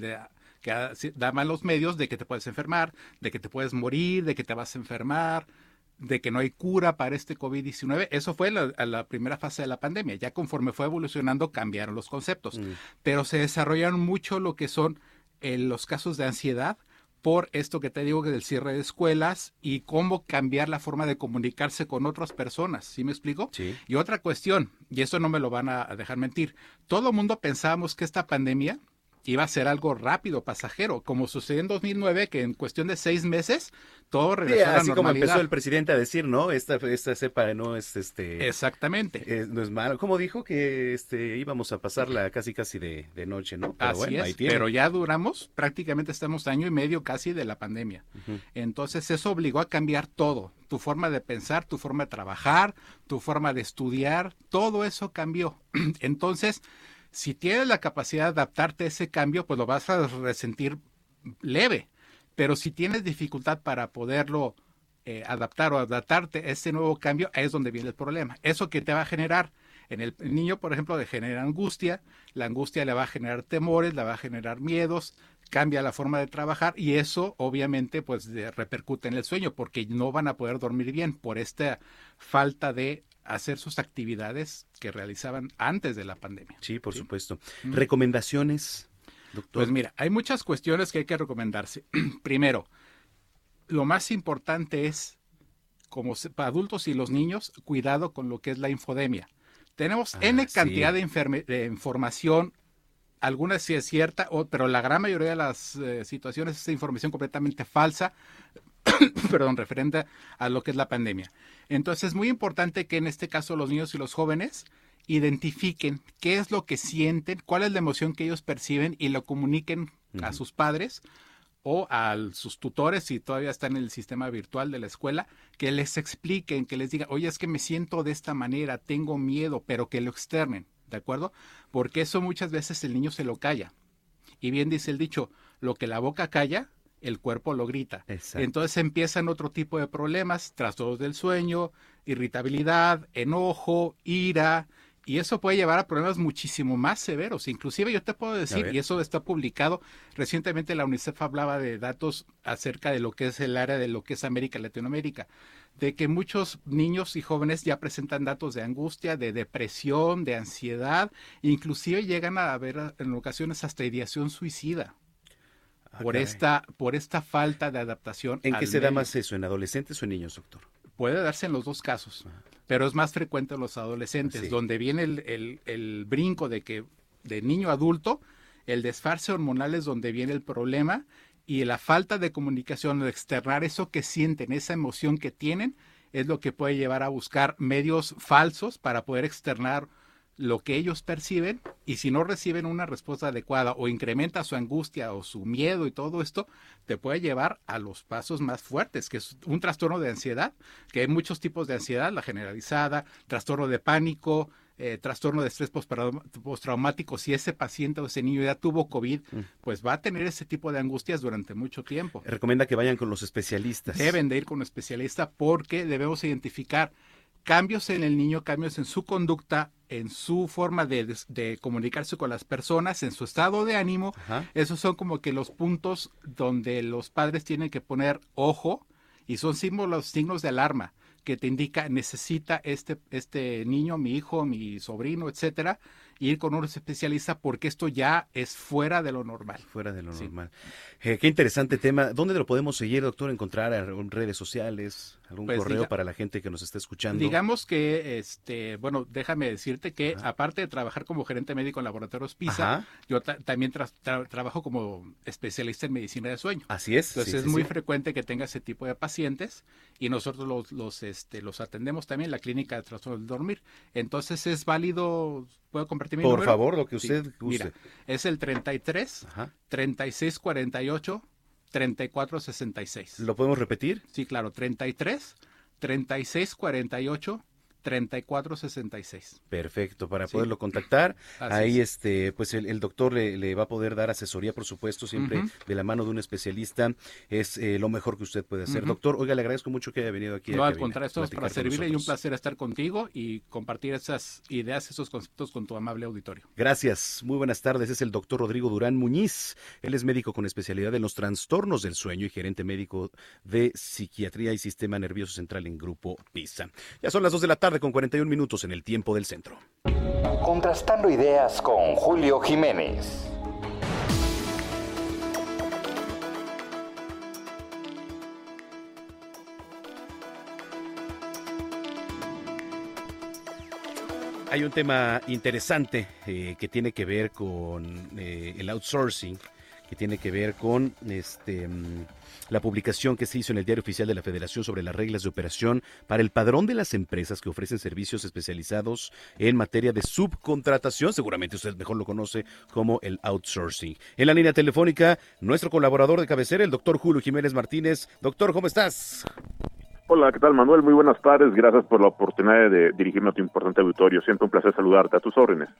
daban los medios de que te puedes enfermar, de que te puedes morir, de que te vas a enfermar, de que no hay cura para este COVID-19. Eso fue la primera fase de la pandemia. Ya conforme fue evolucionando cambiaron los conceptos, pero se desarrollaron mucho lo que son los casos de ansiedad por esto que te digo del cierre de escuelas y cómo cambiar la forma de comunicarse con otras personas. ¿Sí me explico? Sí. Y otra cuestión, y eso no me lo van a dejar mentir, todo el mundo pensábamos que esta pandemia iba a ser algo rápido, pasajero, como sucedió en 2009, que en cuestión de 6 meses todo regresó a la así normalidad. Como empezó el presidente a decir, ¿no? Esta cepa no es Exactamente. no es malo. Como dijo que íbamos a pasarla casi de noche, ¿no? Pero así bueno, es, ahí tiene. pero ya duramos, prácticamente estamos año y medio casi de la pandemia. Entonces eso obligó a cambiar todo. Tu forma de pensar, tu forma de trabajar, tu forma de estudiar, todo eso cambió. Entonces, si tienes la capacidad de adaptarte a ese cambio, pues lo vas a resentir leve. Pero si tienes dificultad para poderlo adaptar o adaptarte a ese nuevo cambio, ahí es donde viene el problema. Eso que te va a generar en el niño, por ejemplo, le genera angustia, la angustia le va a generar temores, le va a generar miedos, cambia la forma de trabajar y eso obviamente pues repercute en el sueño porque no van a poder dormir bien por esta falta de hacer sus actividades que realizaban antes de la pandemia. Sí, por supuesto. ¿Recomendaciones, doctor? Pues mira, hay muchas cuestiones que hay que recomendarse. Primero, lo más importante es, como para adultos y los niños, cuidado con lo que es la infodemia. Tenemos N cantidad de información, algunas sí es cierta, pero la gran mayoría de las situaciones es información completamente falsa, referente a lo que es la pandemia. Entonces es muy importante que en este caso los niños y los jóvenes identifiquen qué es lo que sienten, cuál es la emoción que ellos perciben y lo comuniquen a sus padres o a sus tutores si todavía están en el sistema virtual de la escuela, que les expliquen, que les digan, oye, es que me siento de esta manera, tengo miedo, pero que lo externen, ¿de acuerdo? Porque eso muchas veces el niño se lo calla. Y bien dice el dicho, lo que la boca calla, el cuerpo lo grita. Exacto. Entonces empiezan otro tipo de problemas, trastornos del sueño, irritabilidad, enojo, ira, Y eso puede llevar a problemas muchísimo más severos. Inclusive yo te puedo decir, y eso está publicado, recientemente la UNICEF hablaba de datos acerca de lo que es el área de lo que es América y Latinoamérica, de que muchos niños y jóvenes ya presentan datos de angustia, de depresión, de ansiedad, inclusive llegan a haber en ocasiones hasta ideación suicida. Por esta falta de adaptación. ¿En qué se da más eso, en adolescentes o en niños, doctor? Puede darse en los dos casos, pero es más frecuente en los adolescentes, donde viene el brinco de niño a adulto, el desfase hormonal es donde viene el problema, y la falta de comunicación, de externar eso que sienten, esa emoción que tienen, es lo que puede llevar a buscar medios falsos para poder externar lo que ellos perciben, y si no reciben una respuesta adecuada o incrementa su angustia o su miedo y todo esto, te puede llevar a los pasos más fuertes, que es un trastorno de ansiedad, que hay muchos tipos de ansiedad, la generalizada, trastorno de pánico, trastorno de estrés postraumático. Si ese paciente o ese niño ya tuvo COVID, pues va a tener ese tipo de angustias durante mucho tiempo. Recomienda que vayan con los especialistas. Deben de ir con un especialista porque debemos identificar cambios en el niño, cambios en su conducta, en su forma de comunicarse con las personas, en su estado de ánimo. Esos son como que los puntos donde los padres tienen que poner ojo, y son signos de alarma que te indica necesita este niño, mi hijo, mi sobrino, etcétera, ir con un especialista porque esto ya es fuera de lo normal. Fuera de lo normal. Qué interesante tema. ¿Dónde lo podemos seguir, doctor? ¿Encontrar en redes sociales? ¿Algún correo para la gente que nos está escuchando? Digamos que, déjame decirte que aparte de trabajar como gerente médico en Laboratorios PISA, yo también trabajo como especialista en medicina de sueño. Así es. Entonces es muy frecuente que tenga ese tipo de pacientes, y nosotros los atendemos también en la clínica de trastorno del dormir. Entonces es válido, ¿puedo compartir mi número? Por favor, lo que usted guste. Mira, es el 33 36 48 34 66. ¿Lo podemos repetir? Sí, claro, 33 36 48 3466. Perfecto, para poderlo contactar. Ahí pues el doctor le va a poder dar asesoría, por supuesto, siempre de la mano de un especialista. Es lo mejor que usted puede hacer. Doctor, oiga, le agradezco mucho que haya venido aquí. No, al contrario, esto es para servirle, y un placer estar contigo y compartir esas ideas, esos conceptos con tu amable auditorio. Gracias, muy buenas tardes. Es el doctor Rodrigo Durán Muñiz. Él es médico con especialidad en los trastornos del sueño y gerente médico de psiquiatría y sistema nervioso central en Grupo PISA. Ya son las 2 de la tarde con 41 minutos en el tiempo del centro. Contrastando ideas con Julio Jiménez. Hay un tema interesante que tiene que ver con el outsourcing, que tiene que ver con la publicación que se hizo en el Diario Oficial de la Federación sobre las reglas de operación para el padrón de las empresas que ofrecen servicios especializados en materia de subcontratación. Seguramente usted mejor lo conoce como el outsourcing. En la línea telefónica, nuestro colaborador de cabecera, el doctor Julio Jiménez Martínez. Doctor, ¿cómo estás? Hola, ¿qué tal, Manuel? Muy buenas tardes. Gracias por la oportunidad de dirigirme a tu importante auditorio. Siempre un placer saludarte. A tus órdenes.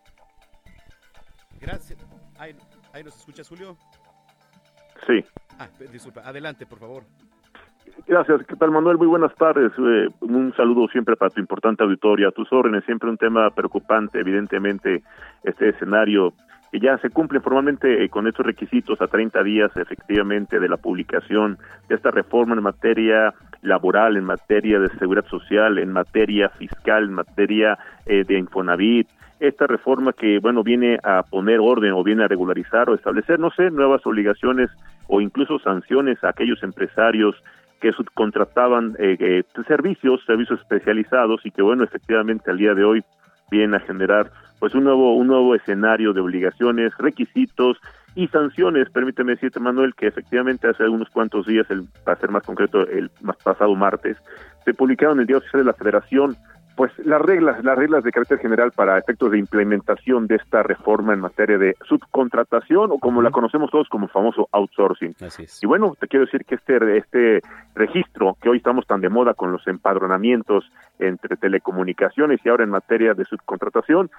Gracias. ¿Ahí nos escuchas, Julio? Sí. Disculpa. Adelante, por favor. Gracias. ¿Qué tal, Manuel? Muy buenas tardes. Un saludo siempre para tu importante auditorio. A tus órdenes. Siempre un tema preocupante, evidentemente, este escenario que ya se cumple formalmente con estos requisitos a 30 días, efectivamente, de la publicación de esta reforma en materia laboral, en materia de seguridad social, en materia fiscal, en materia de Infonavit. Esta reforma que, viene a poner orden o viene a regularizar o establecer, nuevas obligaciones o incluso sanciones a aquellos empresarios que subcontrataban servicios especializados y que, efectivamente, al día de hoy vienen a generar un nuevo escenario de obligaciones, requisitos y sanciones. Permíteme decirte, Manuel, que efectivamente hace unos cuantos días, para ser más concreto, el pasado martes, se publicaron en el Diario Oficial de la Federación las reglas de carácter general para efectos de implementación de esta reforma en materia de subcontratación, o como la conocemos todos como famoso outsourcing. Así es. Y te quiero decir que este registro, que hoy estamos tan de moda con los empadronamientos entre telecomunicaciones y ahora en materia de subcontratación,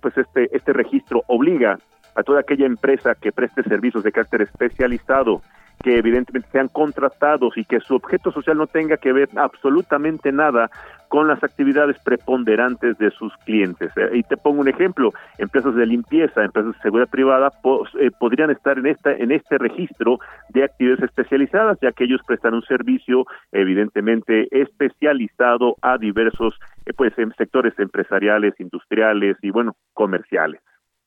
este registro obliga a toda aquella empresa que preste servicios de carácter especializado que evidentemente sean contratados y que su objeto social no tenga que ver absolutamente nada con las actividades preponderantes de sus clientes. Y te pongo un ejemplo: empresas de limpieza, empresas de seguridad privada podrían estar en este registro de actividades especializadas, ya que ellos prestan un servicio evidentemente especializado a diversos en sectores empresariales, industriales y comerciales.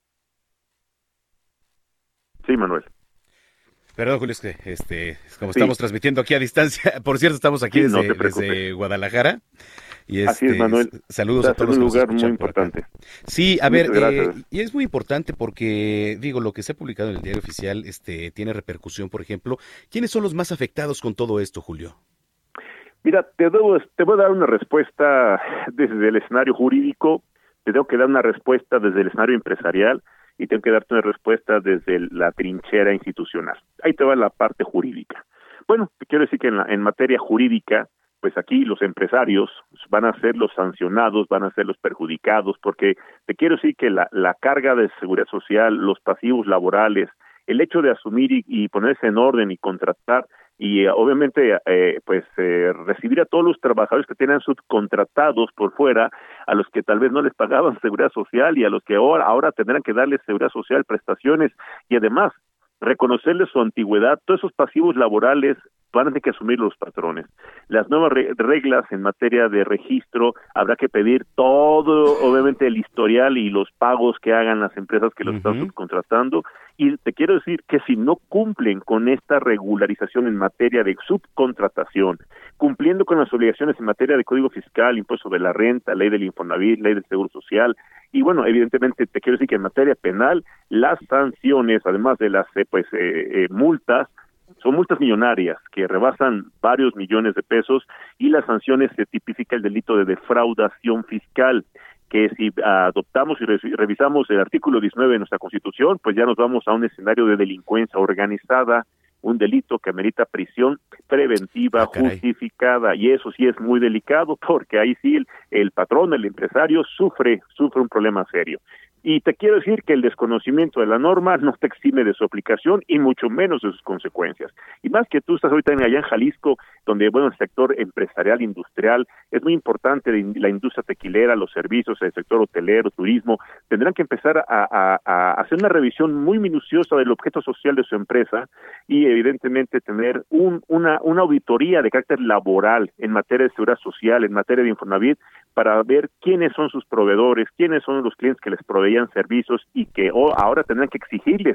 Sí, Manuel. Perdón, Julio, es que estamos transmitiendo aquí a distancia. Por cierto, estamos aquí desde Guadalajara. Y así es, Manuel. Saludos a todos. Un lugar muy importante. Sí, a ver, y es muy importante porque, lo que se ha publicado en el Diario Oficial tiene repercusión. Por ejemplo, ¿quiénes son los más afectados con todo esto, Julio? Mira, te voy a dar una respuesta desde el escenario jurídico, te tengo que dar una respuesta desde el escenario empresarial y tengo que darte una respuesta desde la trinchera institucional. Ahí te va la parte jurídica. Bueno, te quiero decir que en materia jurídica, pues aquí los empresarios van a ser los sancionados, van a ser los perjudicados, porque te quiero decir que la carga de seguridad social, los pasivos laborales, el hecho de asumir y ponerse en orden y contratar y obviamente recibir a todos los trabajadores que tienen subcontratados por fuera, a los que tal vez no les pagaban seguridad social y a los que ahora tendrán que darles seguridad social, prestaciones y además reconocerles su antigüedad. Todos esos pasivos laborales van a tener que asumir los patrones. Las nuevas reglas en materia de registro, habrá que pedir todo, obviamente, el historial y los pagos que hagan las empresas que los están subcontratando. Y te quiero decir que si no cumplen con esta regularización en materia de subcontratación, cumpliendo con las obligaciones en materia de Código Fiscal, Impuesto de la Renta, Ley del Infonavit, Ley del Seguro Social, y evidentemente te quiero decir que en materia penal, las sanciones, además de las multas, son multas millonarias que rebasan varios millones de pesos, y las sanciones se tipifica el delito de defraudación fiscal, que si adoptamos y revisamos el artículo 19 de nuestra Constitución, pues ya nos vamos a un escenario de delincuencia organizada, un delito que amerita prisión preventiva justificada, y eso sí es muy delicado, porque ahí sí el patrón, el empresario, sufre un problema serio. Y te quiero decir que el desconocimiento de la norma no te exime de su aplicación y mucho menos de sus consecuencias. Y más que tú estás ahorita allá en Jalisco, donde el sector empresarial, industrial, es muy importante, la industria tequilera, los servicios, el sector hotelero, turismo, tendrán que empezar a hacer una revisión muy minuciosa del objeto social de su empresa y evidentemente tener una auditoría de carácter laboral en materia de seguridad social, en materia de Infonavit, para ver quiénes son sus proveedores, quiénes son los clientes que les proveían servicios y que ahora tendrán que exigirles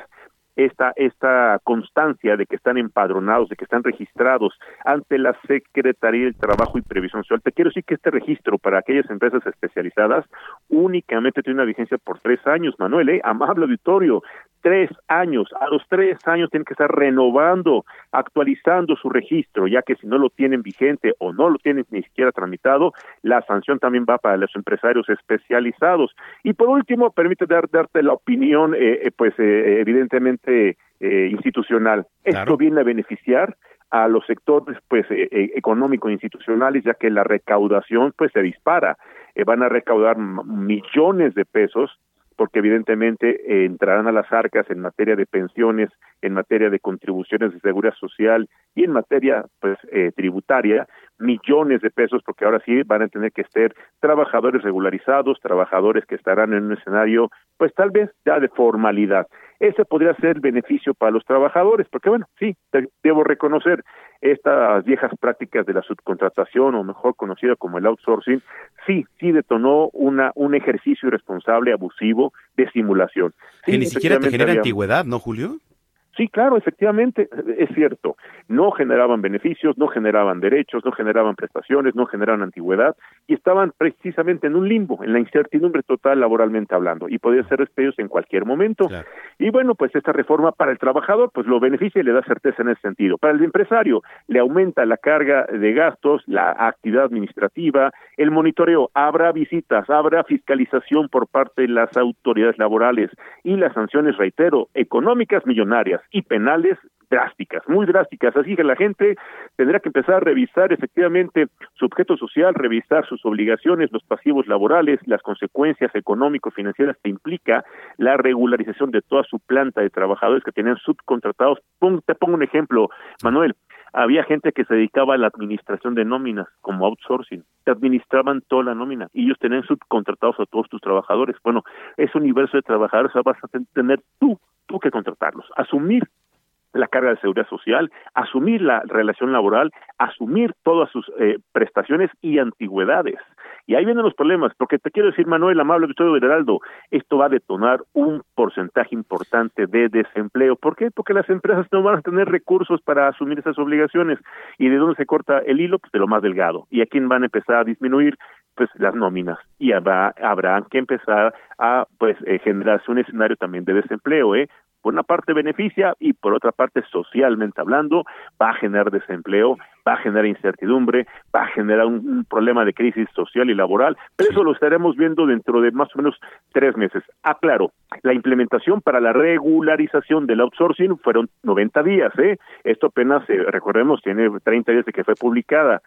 esta constancia de que están empadronados, de que están registrados ante la Secretaría del Trabajo y Previsión Social. Te quiero decir que este registro para aquellas empresas especializadas únicamente tiene una vigencia por 3 años, Manuel, amable auditorio, 3 años. A los 3 años tienen que estar renovando, actualizando su registro, ya que si no lo tienen vigente o no lo tienen ni siquiera tramitado, la sanción también va para los empresarios especializados. Y por último, permíteme darte la opinión, evidentemente institucional. Claro. Esto viene a beneficiar a los sectores económico institucionales, ya que la recaudación se dispara. Van a recaudar millones de pesos, porque evidentemente entrarán a las arcas en materia de pensiones, en materia de contribuciones de seguridad social y en materia tributaria, millones de pesos, porque ahora sí van a tener que ser trabajadores regularizados, trabajadores que estarán en un escenario tal vez ya de formalidad. Ese podría ser el beneficio para los trabajadores, porque sí, debo reconocer, estas viejas prácticas de la subcontratación, o mejor conocida como el outsourcing, sí detonó un ejercicio irresponsable, abusivo, de simulación. Sí, que ni siquiera te genera antigüedad, ¿no, Julio? Sí, claro, efectivamente, es cierto. No generaban beneficios, no generaban derechos, no generaban prestaciones, no generaban antigüedad, y estaban precisamente en un limbo, en la incertidumbre total laboralmente hablando, y podían ser despedidos en cualquier momento. Claro. Y esta reforma para el trabajador, lo beneficia y le da certeza en ese sentido. Para el empresario, le aumenta la carga de gastos, la actividad administrativa, el monitoreo, habrá visitas, habrá fiscalización por parte de las autoridades laborales, y las sanciones, reitero, económicas millonarias y penales drásticas, muy drásticas. Así que la gente tendrá que empezar a revisar efectivamente su objeto social, revisar sus obligaciones, los pasivos laborales, las consecuencias económico-financieras que implica la regularización de toda su planta de trabajadores que tenían subcontratados. Te pongo un ejemplo, Manuel. Había gente que se dedicaba a la administración de nóminas, como outsourcing, te administraban toda la nómina y ellos tenían subcontratados a todos tus trabajadores. Bueno, ese universo de trabajadores vas a tener tú que contratarlos, asumir la carga de seguridad social, asumir la relación laboral, asumir todas sus prestaciones y antigüedades. Y ahí vienen los problemas, porque te quiero decir, Manuel, amable auditorio del Heraldo, esto va a detonar un porcentaje importante de desempleo. ¿Por qué? Porque las empresas no van a tener recursos para asumir esas obligaciones. ¿Y de dónde se corta el hilo? Pues de lo más delgado. ¿Y a quién van a empezar a disminuir? Pues las nóminas. Y habrá que empezar a generarse un escenario también de desempleo, Por una parte beneficia y por otra parte socialmente hablando va a generar desempleo, va a generar incertidumbre, va a generar un problema de crisis social y laboral, pero eso lo estaremos viendo dentro de más o menos 3 meses. Claro, la implementación para la regularización del outsourcing fueron 90 días, Esto apenas, recordemos, tiene 30 días de que fue publicada.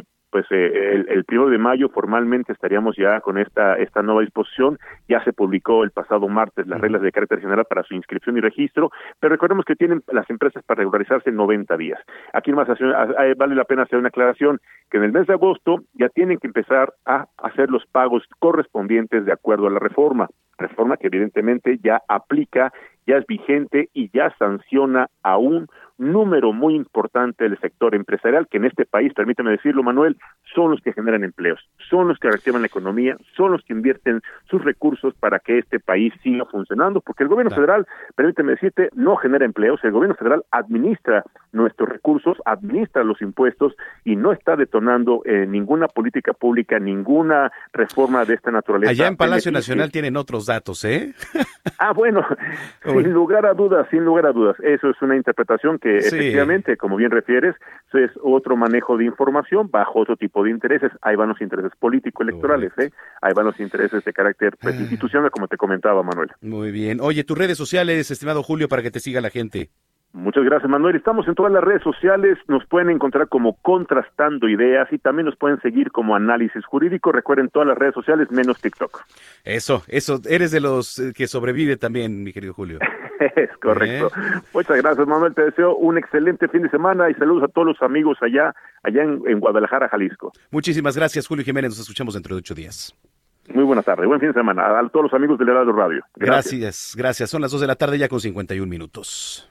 El 1 de mayo formalmente estaríamos ya con esta nueva disposición. Ya se publicó el pasado martes las reglas de carácter general para su inscripción y registro, pero recordemos que tienen las empresas para regularizarse 90 días. Aquí más vale la pena hacer una aclaración, que en el mes de agosto ya tienen que empezar a hacer los pagos correspondientes de acuerdo a la reforma que evidentemente ya aplica, ya es vigente y ya sanciona a un número muy importante del sector empresarial, que en este país, permíteme decirlo, Manuel, son los que generan empleos, son los que reactivan la economía, son los que invierten sus recursos para que este país siga funcionando, porque el gobierno federal, permíteme decirte, no genera empleos, el gobierno federal administra nuestros recursos, administra los impuestos y no está detonando ninguna política pública, ninguna reforma de esta naturaleza. Allá en Palacio Nacional tienen otros datos, Bueno, sin lugar a dudas, eso es una interpretación que efectivamente, como bien refieres, es otro manejo de información bajo otro tipo de intereses. Ahí van los intereses político-electorales, ahí van los intereses de carácter institucional, como te comentaba, Manuel. Muy bien. Oye, tus redes sociales, estimado Julio, para que te siga la gente. Muchas gracias, Manuel. Estamos en todas las redes sociales, nos pueden encontrar como Contrastando Ideas y también nos pueden seguir como Análisis Jurídico. Recuerden, todas las redes sociales menos TikTok. Eso, eres de los que sobrevive también, mi querido Julio. Es correcto. Muchas gracias, Manuel. Te deseo un excelente fin de semana y saludos a todos los amigos allá en Guadalajara, Jalisco. Muchísimas gracias, Julio Jiménez. Nos escuchamos dentro de 8 días. Muy buenas tardes, buen fin de semana a todos los amigos del Heraldo Radio. Gracias. Son las 2 de la tarde ya con 51 minutos.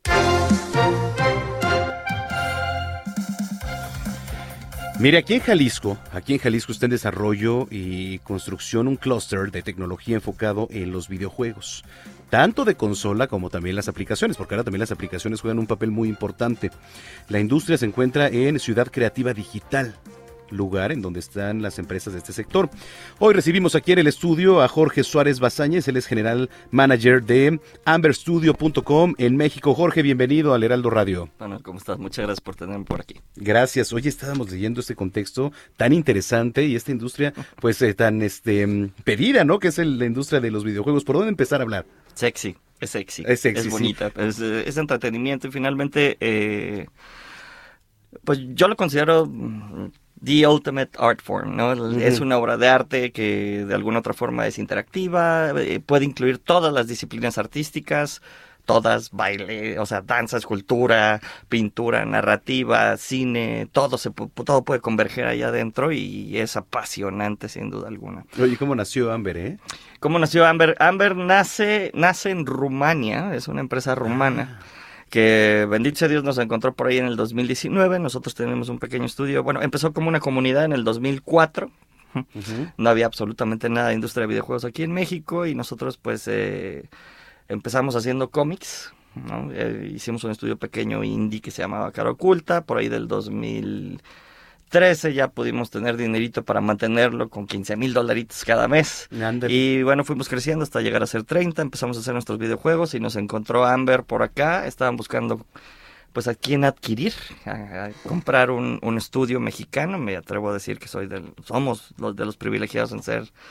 Mire, aquí en Jalisco está en desarrollo y construcción un clúster de tecnología enfocado en los videojuegos, tanto de consola como también las aplicaciones, porque ahora también las aplicaciones juegan un papel muy importante. La industria se encuentra en Ciudad Creativa Digital, lugar en donde están las empresas de este sector. Hoy recibimos aquí en el estudio a Jorge Suárez Bazáñez, él es general manager de amberstudio.com en México. Jorge, bienvenido al Heraldo Radio. Bueno, ¿cómo estás? Muchas gracias por tenerme por aquí. Gracias. Hoy estábamos leyendo este contexto tan interesante y esta industria pues tan pedida, ¿no? Que es la industria de los videojuegos. ¿Por dónde empezar a hablar? Sexy, es bonita, sí. es entretenimiento y finalmente pues yo lo considero the ultimate art form, ¿no? Es una obra de arte que de alguna otra forma es interactiva, puede incluir todas las disciplinas artísticas, todas, baile, o sea, danza, escultura, pintura, narrativa, cine, todo puede converger allá adentro y es apasionante sin duda alguna. Oye, ¿cómo nació Amber, ¿Cómo nació Amber? Amber nace en Rumania, es una empresa rumana. Que bendito sea Dios nos encontró por ahí en el 2019, nosotros tenemos un pequeño estudio, bueno, empezó como una comunidad en el 2004, no había absolutamente nada de industria de videojuegos aquí en México y nosotros pues empezamos haciendo cómics, ¿no? Hicimos un estudio pequeño indie que se llamaba Cara Oculta, por ahí del 2013 ya pudimos tener dinerito para mantenerlo con $15,000 cada mes. Andale. Y bueno, fuimos creciendo hasta llegar a ser 30, empezamos a hacer nuestros videojuegos y nos encontró Amber por acá, estaban buscando pues a quién adquirir, a comprar un estudio mexicano, me atrevo a decir que somos los de los privilegiados en ser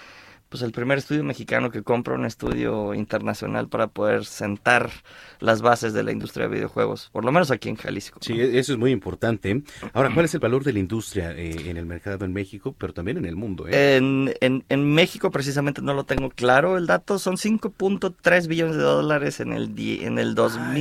pues el primer estudio mexicano que compra un estudio internacional para poder sentar las bases de la industria de videojuegos, por lo menos aquí en Jalisco, ¿no? Sí, eso es muy importante. Ahora, ¿cuál es el valor de la industria en el mercado en México, pero también en el mundo? En México precisamente no lo tengo claro el dato, son 5.3 billones de dólares en el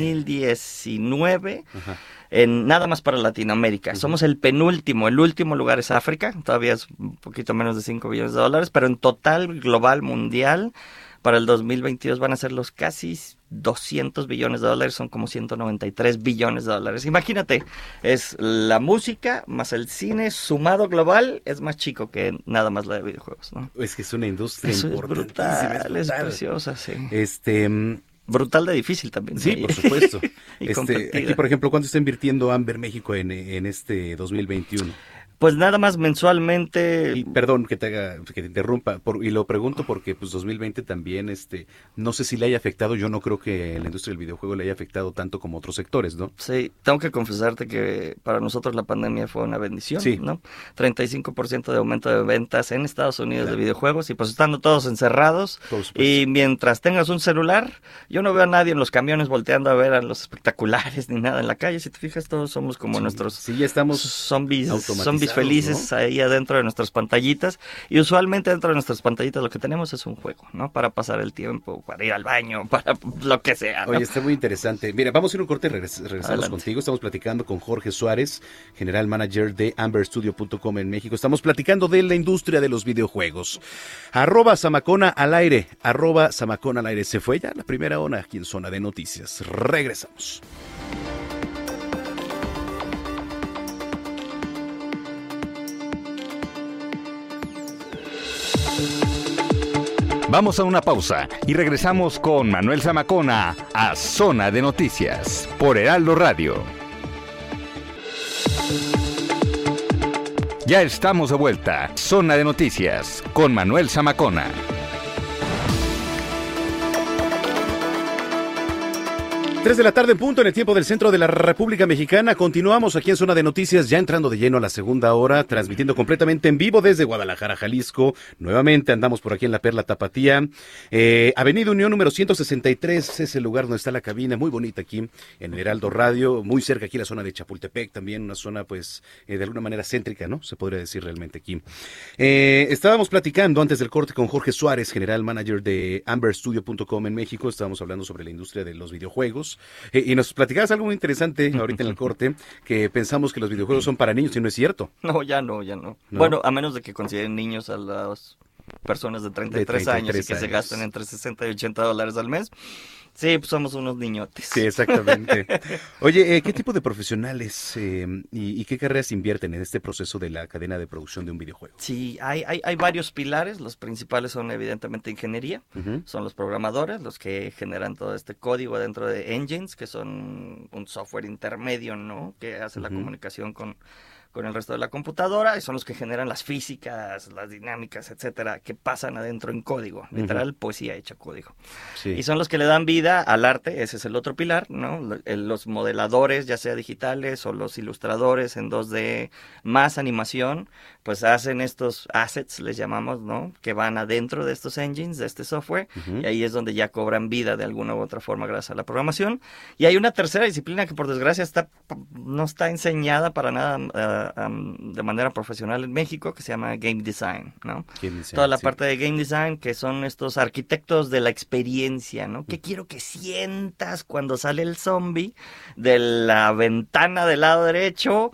2019. Ajá. Nada más para Latinoamérica. Somos el penúltimo, el último lugar es África, todavía es un poquito menos de 5 billones de dólares, pero en total global mundial para el 2022 van a ser los casi 200 billones de dólares, son como 193 billones de dólares. Imagínate, es la música más el cine sumado global, es más chico que nada más la de videojuegos, ¿no? Es que es una industria Eso importantísima. es brutal, es preciosa, sí. Brutal de difícil también. Sí, por supuesto. Y aquí, por ejemplo, ¿cuánto está invirtiendo Amber México en este 2021? Pues nada más mensualmente. Y perdón que te interrumpa, y lo pregunto porque pues 2020 también, no sé si le haya afectado, yo no creo que la industria del videojuego le haya afectado tanto como otros sectores, ¿no? Sí, tengo que confesarte que para nosotros la pandemia fue una bendición, sí, ¿no? 35% de aumento de ventas en Estados Unidos, claro, de videojuegos, y pues estando todos encerrados, y mientras tengas un celular, yo no veo a nadie en los camiones volteando a ver a los espectaculares ni nada en la calle. Si te fijas, todos somos como nuestros ya estamos zombies felices, ¿no? Ahí adentro de nuestras pantallitas, y usualmente dentro de nuestras pantallitas lo que tenemos es un juego, ¿no? Para pasar el tiempo, para ir al baño, para lo que sea, ¿no? Oye, está muy interesante. Mira, vamos a ir un corte y regresamos Adelante. Contigo. Estamos platicando con Jorge Suárez, General Manager de AmberStudio.com en México. Estamos platicando de la industria de los videojuegos. @Zamacona al aire, @Zamacona al aire. Se fue ya la primera hora aquí en Zona de Noticias. Regresamos. Vamos a una pausa y regresamos con Manuel Zamacona a Zona de Noticias por Heraldo Radio. Ya estamos de vuelta. Zona de Noticias con Manuel Zamacona. 3 de la tarde en punto en el tiempo del centro de la República Mexicana. Continuamos aquí en Zona de Noticias, ya entrando de lleno a la segunda hora, transmitiendo completamente en vivo desde Guadalajara, Jalisco. Nuevamente andamos por aquí en la Perla Tapatía. Avenida Unión número 163 es el lugar donde está la cabina, muy bonita aquí en el Heraldo Radio, muy cerca aquí la zona de Chapultepec, también una zona pues de alguna manera céntrica, ¿no? Se podría decir realmente aquí. Estábamos platicando antes del corte con Jorge Suárez, General Manager de AmberStudio.com en México. Estábamos hablando sobre la industria de los videojuegos. Y nos platicabas algo muy interesante ahorita en el corte, que pensamos que los videojuegos son para niños y no es cierto. No, ya no. Bueno, a menos de que consideren niños a las personas de 33 años y que se gasten entre $60 y $80 al mes. Sí, pues somos unos niñotes. Sí, exactamente. Oye, ¿qué tipo de profesionales y qué carreras invierten en este proceso de la cadena de producción de un videojuego? Sí, hay varios pilares. Los principales son evidentemente ingeniería. Son los programadores, los que generan todo este código dentro de engines, que son un software intermedio, ¿no? Que hace la comunicación con el resto de la computadora, y son los que generan las físicas, las dinámicas, etcétera, que pasan adentro en código, literal, poesía hecha código. Sí. Y son los que le dan vida al arte, ese es el otro pilar, ¿no? Los modeladores, ya sea digitales, o los ilustradores en 2D, más animación, pues hacen estos assets, les llamamos, ¿no? Que van adentro de estos engines, de este software, y ahí es donde ya cobran vida de alguna u otra forma gracias a la programación. Y hay una tercera disciplina que por desgracia no está enseñada para nada de manera profesional en México, que se llama Game Design, ¿no? Toda la parte de Game Design, que son estos arquitectos de la experiencia, ¿no? ¿Qué quiero que sientas cuando sale el zombie de la ventana del lado derecho?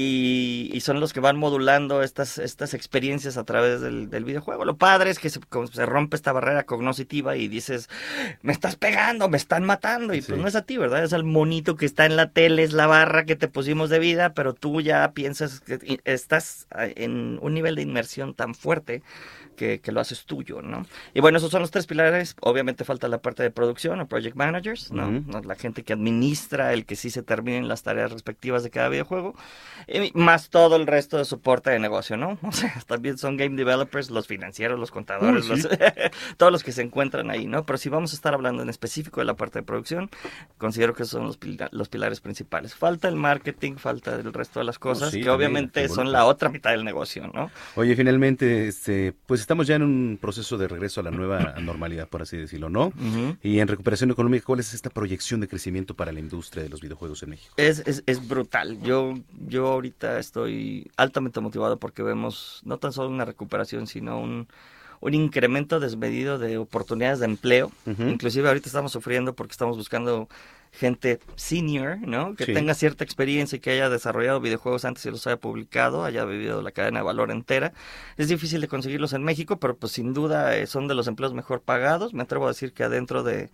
Y son los que van modulando estas experiencias a través del videojuego. Lo padre es que se rompe esta barrera cognitiva y dices, me estás pegando, me están matando, y pues no es a ti, ¿verdad? Es al monito que está en la tele, es la barra que te pusimos de vida, pero tú ya piensas que estás en un nivel de inmersión tan fuerte que lo haces tuyo, ¿no? Y bueno, esos son los tres pilares. Obviamente falta la parte de producción, o project managers, ¿no? La gente que administra el que sí se terminen las tareas respectivas de cada videojuego, más todo el resto de soporte de negocio, ¿no? O sea, también son game developers, los financieros, los contadores, todos los que se encuentran ahí, ¿no? Pero si vamos a estar hablando en específico de la parte de producción, considero que esos son los pilares principales. Falta el marketing, falta el resto de las cosas, que obviamente son la otra mitad del negocio, ¿no? Oye, finalmente, pues estamos ya en un proceso de regreso a la nueva normalidad, por así decirlo, ¿no? Y en recuperación económica, ¿cuál es esta proyección de crecimiento para la industria de los videojuegos en México? Es brutal. Yo ahorita estoy altamente motivado porque vemos no tan solo una recuperación, sino un incremento desmedido de oportunidades de empleo. Inclusive ahorita estamos sufriendo porque estamos buscando gente senior, ¿no? Que tenga cierta experiencia y que haya desarrollado videojuegos antes y los haya publicado, haya vivido la cadena de valor entera. Es difícil de conseguirlos en México, pero pues sin duda son de los empleos mejor pagados. Me atrevo a decir que adentro de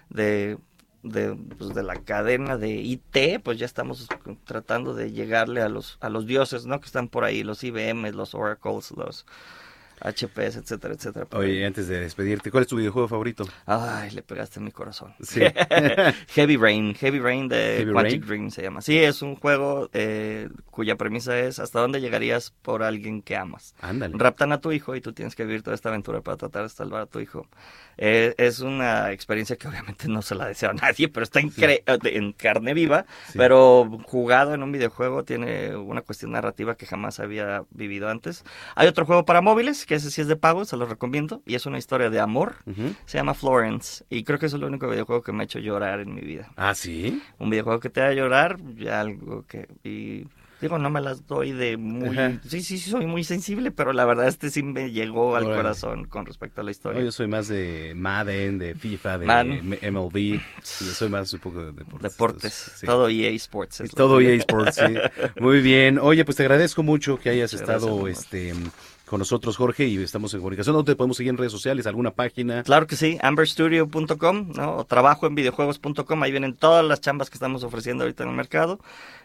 la cadena de IT, pues ya estamos tratando de llegarle a los dioses, ¿no? Que están por ahí, los IBM, los Oracles, los HPs, etcétera, etcétera. Oye, antes de despedirte, ¿cuál es tu videojuego favorito? Ay, le pegaste en mi corazón. Sí. Heavy Rain de Quantic Dream se llama. Sí, es un juego cuya premisa es ¿hasta dónde llegarías por alguien que amas? Ándale. Raptan a tu hijo y tú tienes que vivir toda esta aventura para tratar de salvar a tu hijo. Es una experiencia que obviamente no se la deseo a nadie, pero está en carne viva, pero jugado en un videojuego tiene una cuestión narrativa que jamás había vivido antes. Hay otro juego para móviles, que ese sí es de pago, se lo recomiendo, y es una historia de amor, se llama Florence, y creo que es el único videojuego que me ha hecho llorar en mi vida. ¿Ah, sí? Un videojuego que te haga llorar, ya algo que... Digo, no me las doy de muy... Sí, soy muy sensible, pero la verdad sí me llegó al corazón con respecto a la historia. Yo soy más de Madden, de FIFA, de MLB. Soy más un poco de deportes. Deportes, todo EA Sports. Todo EA Sports, sí. Muy bien. Oye, pues te agradezco mucho que hayas estado con nosotros, Jorge, y estamos en comunicación. ¿Dónde te podemos seguir en redes sociales? ¿Alguna página? Claro que sí, amberstudio.com, ¿no? O trabajoenvideojuegos.com, ahí vienen todas las chambas que estamos ofreciendo ahorita en el mercado.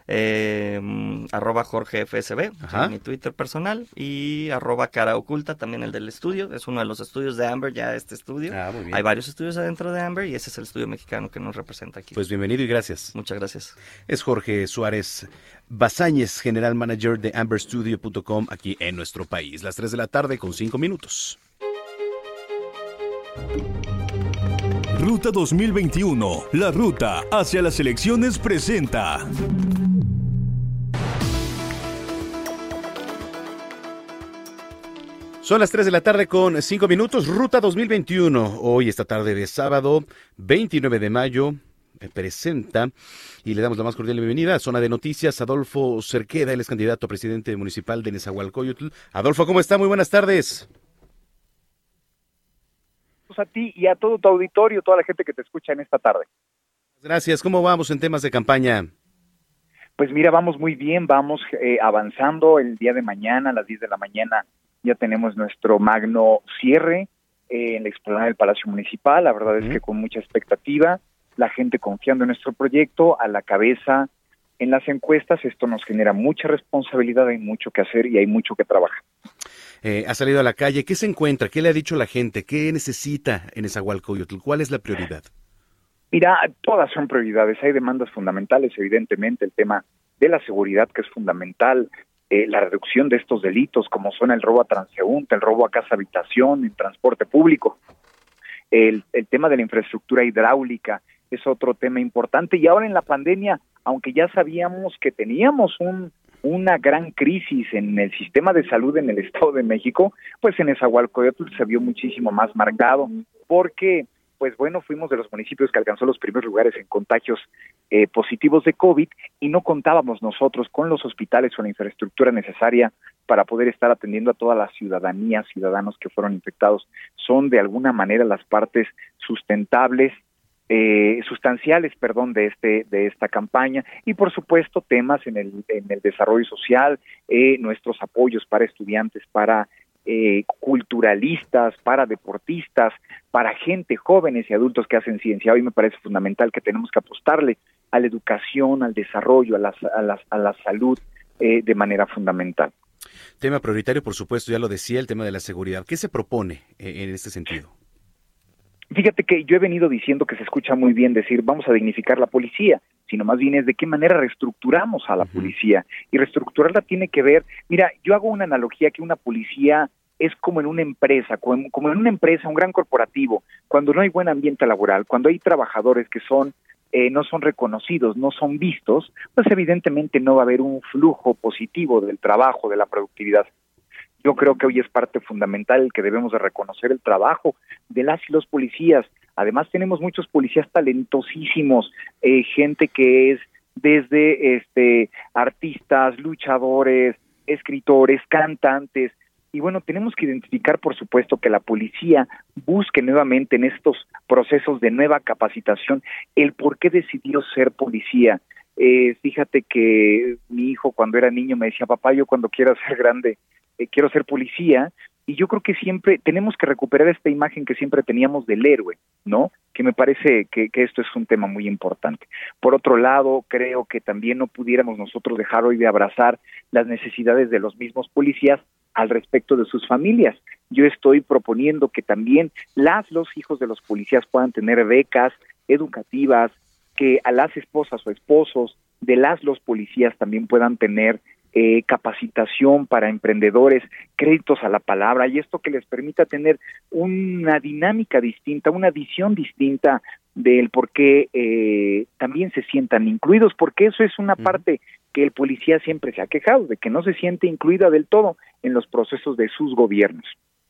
@JorgeFSB, mi Twitter personal, y @caraoculta, también el del estudio. Es uno de los estudios de Amber, ya este estudio. Muy bien. Hay varios estudios adentro de Amber y ese es el estudio mexicano que nos representa aquí. Pues bienvenido y gracias. Muchas gracias. Es Jorge Suárez Bazáñez, General Manager de amberstudio.com aquí en nuestro país. Las 3 de la tarde con 5 minutos. Ruta 2021, la ruta hacia las elecciones presenta. Son las 3 de la tarde con 5 minutos, Ruta 2021. Hoy, esta tarde de sábado, 29 de mayo, presenta y le damos la más cordial bienvenida a Zona de Noticias, Adolfo Cerqueda, él es candidato a presidente municipal de Nezahualcóyotl. Adolfo, ¿cómo está? Muy buenas tardes. A ti y a todo tu auditorio, toda la gente que te escucha en esta tarde. Gracias. ¿Cómo vamos en temas de campaña? Pues mira, vamos muy bien, vamos avanzando. El día de mañana, a las 10 de la mañana, ya tenemos nuestro magno cierre en la explanada del Palacio Municipal. La verdad es que con mucha expectativa, la gente confiando en nuestro proyecto, a la cabeza en las encuestas. Esto nos genera mucha responsabilidad, hay mucho que hacer y hay mucho que trabajar. Ha salido a la calle, ¿qué se encuentra? ¿Qué le ha dicho la gente? ¿Qué necesita en Nezahualcóyotl? ¿Cuál es la prioridad? Mira, todas son prioridades, hay demandas fundamentales, evidentemente el tema de la seguridad que es fundamental, la reducción de estos delitos como son el robo a transeúnte, el robo a casa habitación, el transporte público, el tema de la infraestructura hidráulica es otro tema importante y ahora en la pandemia, aunque ya sabíamos que teníamos una gran crisis en el sistema de salud en el Estado de México, pues en Nezahualcóyotl se vio muchísimo más marcado, porque, pues bueno, fuimos de los municipios que alcanzó los primeros lugares en contagios positivos de COVID y no contábamos nosotros con los hospitales o la infraestructura necesaria para poder estar atendiendo a toda la ciudadanía, ciudadanos que fueron infectados. Son de alguna manera las partes sustanciales, de esta campaña y por supuesto temas en el desarrollo social, nuestros apoyos para estudiantes, para culturalistas, para deportistas, para gente, jóvenes y adultos que hacen ciencia. Hoy me parece fundamental que tenemos que apostarle a la educación, al desarrollo, a la salud de manera fundamental. Tema prioritario, por supuesto, ya lo decía, el tema de la seguridad. ¿Qué se propone en este sentido? Fíjate que yo he venido diciendo que se escucha muy bien decir vamos a dignificar la policía, sino más bien es de qué manera reestructuramos a la policía. Y reestructurarla tiene que ver, mira, yo hago una analogía que una policía es como en una empresa, como en una empresa, un gran corporativo, cuando no hay buen ambiente laboral, cuando hay trabajadores que son no son reconocidos, no son vistos, pues evidentemente no va a haber un flujo positivo del trabajo, de la productividad. Yo creo que hoy es parte fundamental que debemos de reconocer el trabajo de las y los policías. Además tenemos muchos policías talentosísimos, gente que es desde artistas, luchadores, escritores, cantantes. Y bueno, tenemos que identificar, por supuesto, que la policía busque nuevamente en estos procesos de nueva capacitación el por qué decidió ser policía. Fíjate que mi hijo cuando era niño me decía, papá, yo cuando quiera ser grande quiero ser policía, y yo creo que siempre tenemos que recuperar esta imagen que siempre teníamos del héroe, ¿no? Que me parece que esto es un tema muy importante. Por otro lado, creo que también no pudiéramos nosotros dejar hoy de abrazar las necesidades de los mismos policías al respecto de sus familias. Yo estoy proponiendo que también los hijos de los policías puedan tener becas educativas, que a las esposas o esposos de los policías también puedan tener capacitación para emprendedores, créditos a la palabra, y esto que les permita tener una dinámica distinta, una visión distinta del por qué también se sientan incluidos, porque eso es una parte que el policía siempre se ha quejado, de que no se siente incluida del todo en los procesos de sus gobiernos.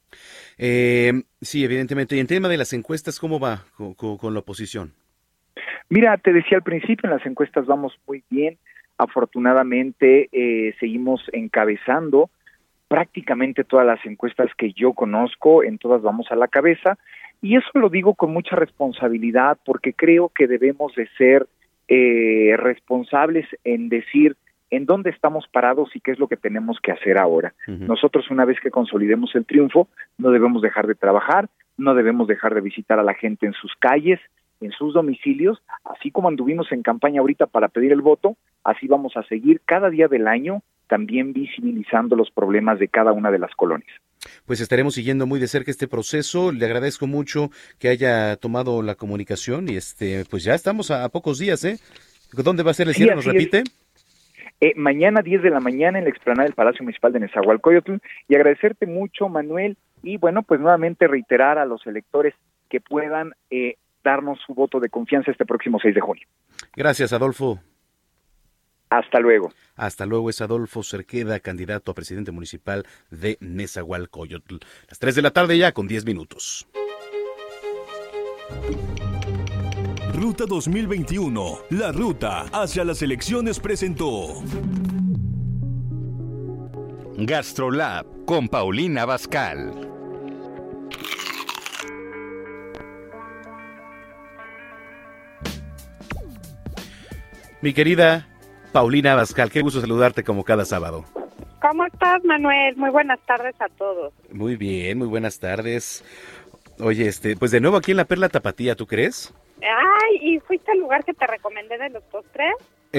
Sí, evidentemente. Y en tema de las encuestas, ¿cómo va con la oposición? Mira, te decía al principio, en las encuestas vamos muy bien. Afortunadamente seguimos encabezando prácticamente todas las encuestas que yo conozco, en todas vamos a la cabeza, y eso lo digo con mucha responsabilidad porque creo que debemos de ser responsables en decir en dónde estamos parados y qué es lo que tenemos que hacer ahora. Nosotros, una vez que consolidemos el triunfo, no debemos dejar de trabajar, no debemos dejar de visitar a la gente en sus calles, en sus domicilios, así como anduvimos en campaña ahorita para pedir el voto, así vamos a seguir cada día del año también visibilizando los problemas de cada una de las colonias. Pues estaremos siguiendo muy de cerca este proceso. Le agradezco mucho que haya tomado la comunicación y pues ya estamos a pocos días, ¿eh? ¿Dónde va a ser el cierre? ¿Nos repite? Mañana 10 de la mañana en la explanada del Palacio Municipal de Nezahualcóyotl, y agradecerte mucho, Manuel, y bueno, pues nuevamente reiterar a los electores que puedan darnos su voto de confianza este próximo 6 de junio. Gracias, Adolfo. Hasta luego. Hasta luego, es Adolfo Cerqueda, candidato a presidente municipal de Nezahualcóyotl. Las 3 de la tarde ya con 10 minutos. Ruta 2021, la ruta hacia las elecciones presentó. GastroLab con Paulina Abascal. Mi querida Paulina Abascal, qué gusto saludarte como cada sábado. ¿Cómo estás, Manuel? Muy buenas tardes a todos. Muy bien, muy buenas tardes. Oye, pues de nuevo aquí en la Perla Tapatía, ¿tú crees? Ay, ¿y fuiste al lugar que te recomendé de los postres?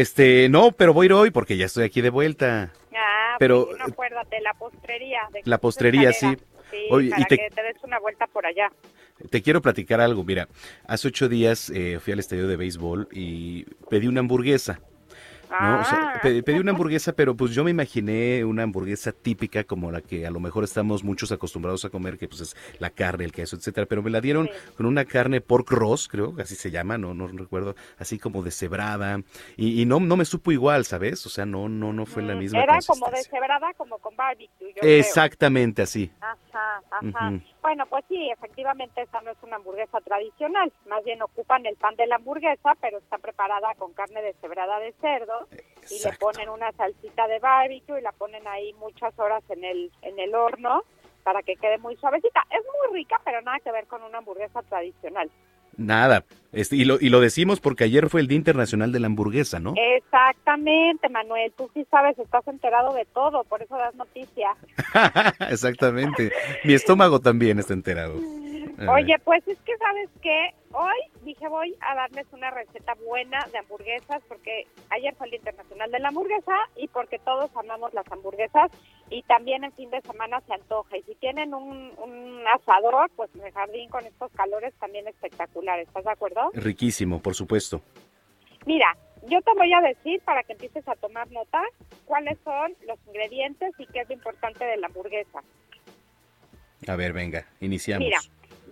No, pero voy a ir hoy porque ya estoy aquí de vuelta. Ah, pero no, acuérdate, la postrería. La postrería, sí. Sí, oye, para que te des una vuelta por allá. Te quiero platicar algo, mira, hace 8 días fui al estadio de béisbol y pedí una hamburguesa. ¿No? O sea, pedí una hamburguesa, pero pues yo me imaginé una hamburguesa típica como la que a lo mejor estamos muchos acostumbrados a comer, que pues es la carne, el queso, etcétera, pero me la dieron con una carne pork roast, creo que así se llama, no recuerdo, así como deshebrada, y no me supo igual, ¿sabes? O sea, no fue la misma Era consistencia. como deshebrada, como con barbecue, yo Exactamente creo. así. Ajá. Bueno, pues sí, efectivamente esa no es una hamburguesa tradicional, más bien ocupan el pan de la hamburguesa, pero está preparada con carne deshebrada de cerdo. Y le ponen una salsita de barbecue y la ponen ahí muchas horas en el horno para que quede muy suavecita. Es muy rica, pero nada que ver con una hamburguesa tradicional. Nada, y lo decimos porque ayer fue el Día Internacional de la Hamburguesa, ¿no? Exactamente, Manuel, tú sí sabes, estás enterado de todo, por eso das noticia. Exactamente, mi estómago también está enterado. Oye, pues es que sabes que hoy dije voy a darles una receta buena de hamburguesas porque ayer fue el Día Internacional de la Hamburguesa y porque todos amamos las hamburguesas y también en fin de semana se antoja. Y si tienen un asador, pues en el jardín con estos calores también espectacular. ¿Estás de acuerdo? Riquísimo, por supuesto. Mira, yo te voy a decir para que empieces a tomar nota cuáles son los ingredientes y qué es lo importante de la hamburguesa. A ver, venga, iniciamos. Mira, yo le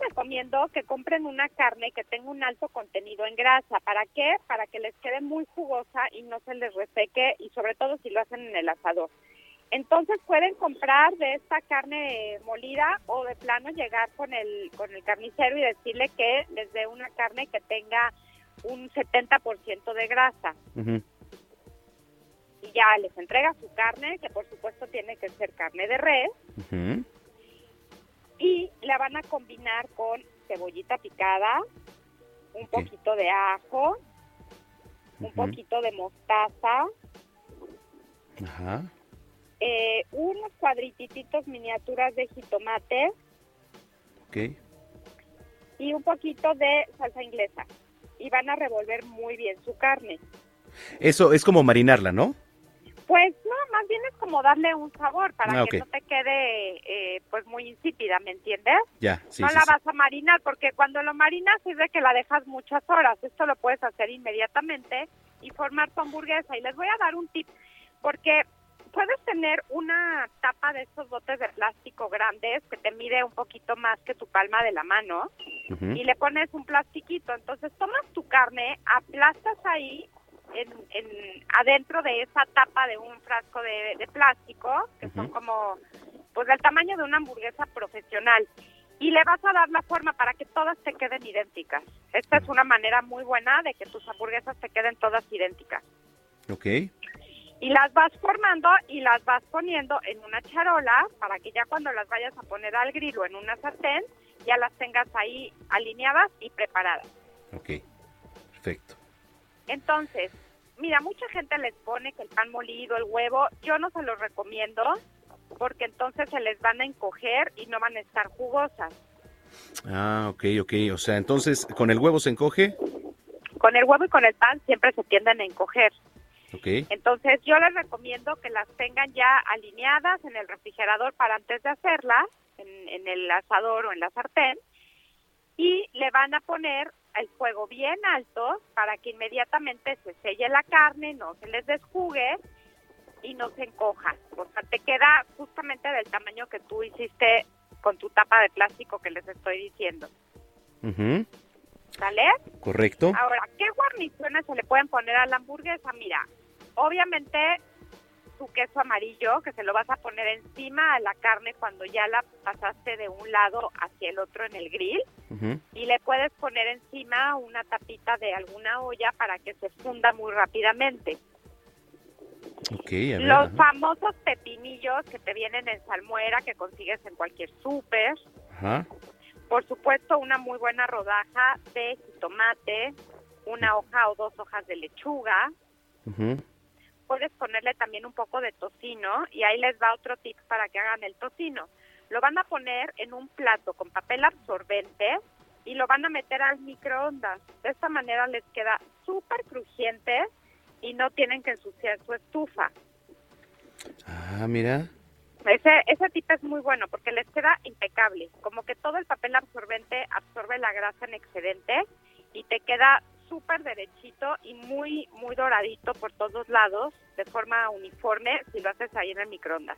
recomiendo que compren una carne que tenga un alto contenido en grasa. ¿Para qué? Para que les quede muy jugosa y no se les reseque, y sobre todo si lo hacen en el asador. Entonces pueden comprar de esta carne molida, o de plano llegar con el carnicero y decirle que les dé una carne que tenga un 70% de grasa. Uh-huh. Y ya les entrega su carne, que por supuesto tiene que ser carne de res. Uh-huh. Y la van a combinar con cebollita picada, un poquito de ajo, un poquito de mostaza, Ajá. Unos cuadrititos miniaturas de jitomate, y un poquito de salsa inglesa. Y van a revolver muy bien su carne. Eso es como marinarla, ¿no? Pues no, más bien es como darle un sabor para que ok. no te quede pues muy insípida, ¿me entiendes? Ya, sí, no sí, la sí. vas a marinar, porque cuando lo marinas es de que la dejas muchas horas. Esto lo puedes hacer inmediatamente y formar tu hamburguesa. Y les voy a dar un tip, porque puedes tener una tapa de estos botes de plástico grandes que te mide un poquito más que tu palma de la mano, Uh-huh. y le pones un plastiquito. Entonces tomas tu carne, aplastas ahí adentro de esa tapa de un frasco de plástico, que son como pues del tamaño de una hamburguesa profesional, y le vas a dar la forma para que todas te queden idénticas. Esta es una manera muy buena de que tus hamburguesas te queden todas idénticas. Ok. Y las vas formando y las vas poniendo en una charola para que ya cuando las vayas a poner al grill o en una sartén, ya las tengas ahí alineadas y preparadas. Ok, perfecto. Entonces, mira, mucha gente les pone que el pan molido, el huevo, yo no se los recomiendo, porque entonces se les van a encoger y no van a estar jugosas. Ah, ok. O sea, entonces, ¿con el huevo se encoge? Con el huevo y con el pan siempre se tienden a encoger. Ok. Entonces, yo les recomiendo que las tengan ya alineadas en el refrigerador para antes de hacerlas, en el asador o en la sartén, y le van a poner el fuego bien alto para que inmediatamente se selle la carne, no se les desjugue y no se encoja. O sea, te queda justamente del tamaño que tú hiciste con tu tapa de plástico que les estoy diciendo. Uh-huh. ¿Vale? Correcto. Ahora, ¿qué guarniciones se le pueden poner a la hamburguesa? Mira, obviamente tu queso amarillo, que se lo vas a poner encima a la carne cuando ya la pasaste de un lado hacia el otro en el grill. Uh-huh. Y le puedes poner encima una tapita de alguna olla para que se funda muy rápidamente. Ok, a ver. Los famosos pepinillos que te vienen en salmuera, que consigues en cualquier súper. Ajá. Por supuesto, una muy buena rodaja de jitomate, una hoja o 2 hojas de lechuga. Uh-huh. Puedes ponerle también un poco de tocino, y ahí les va otro tip para que hagan el tocino. Lo van a poner en un plato con papel absorbente y lo van a meter al microondas. De esta manera les queda súper crujiente y no tienen que ensuciar su estufa. Ah, mira. Ese tip es muy bueno porque les queda impecable. Como que todo el papel absorbente absorbe la grasa en excedente y te queda súper derechito y muy, muy doradito por todos lados, de forma uniforme, si lo haces ahí en el microondas.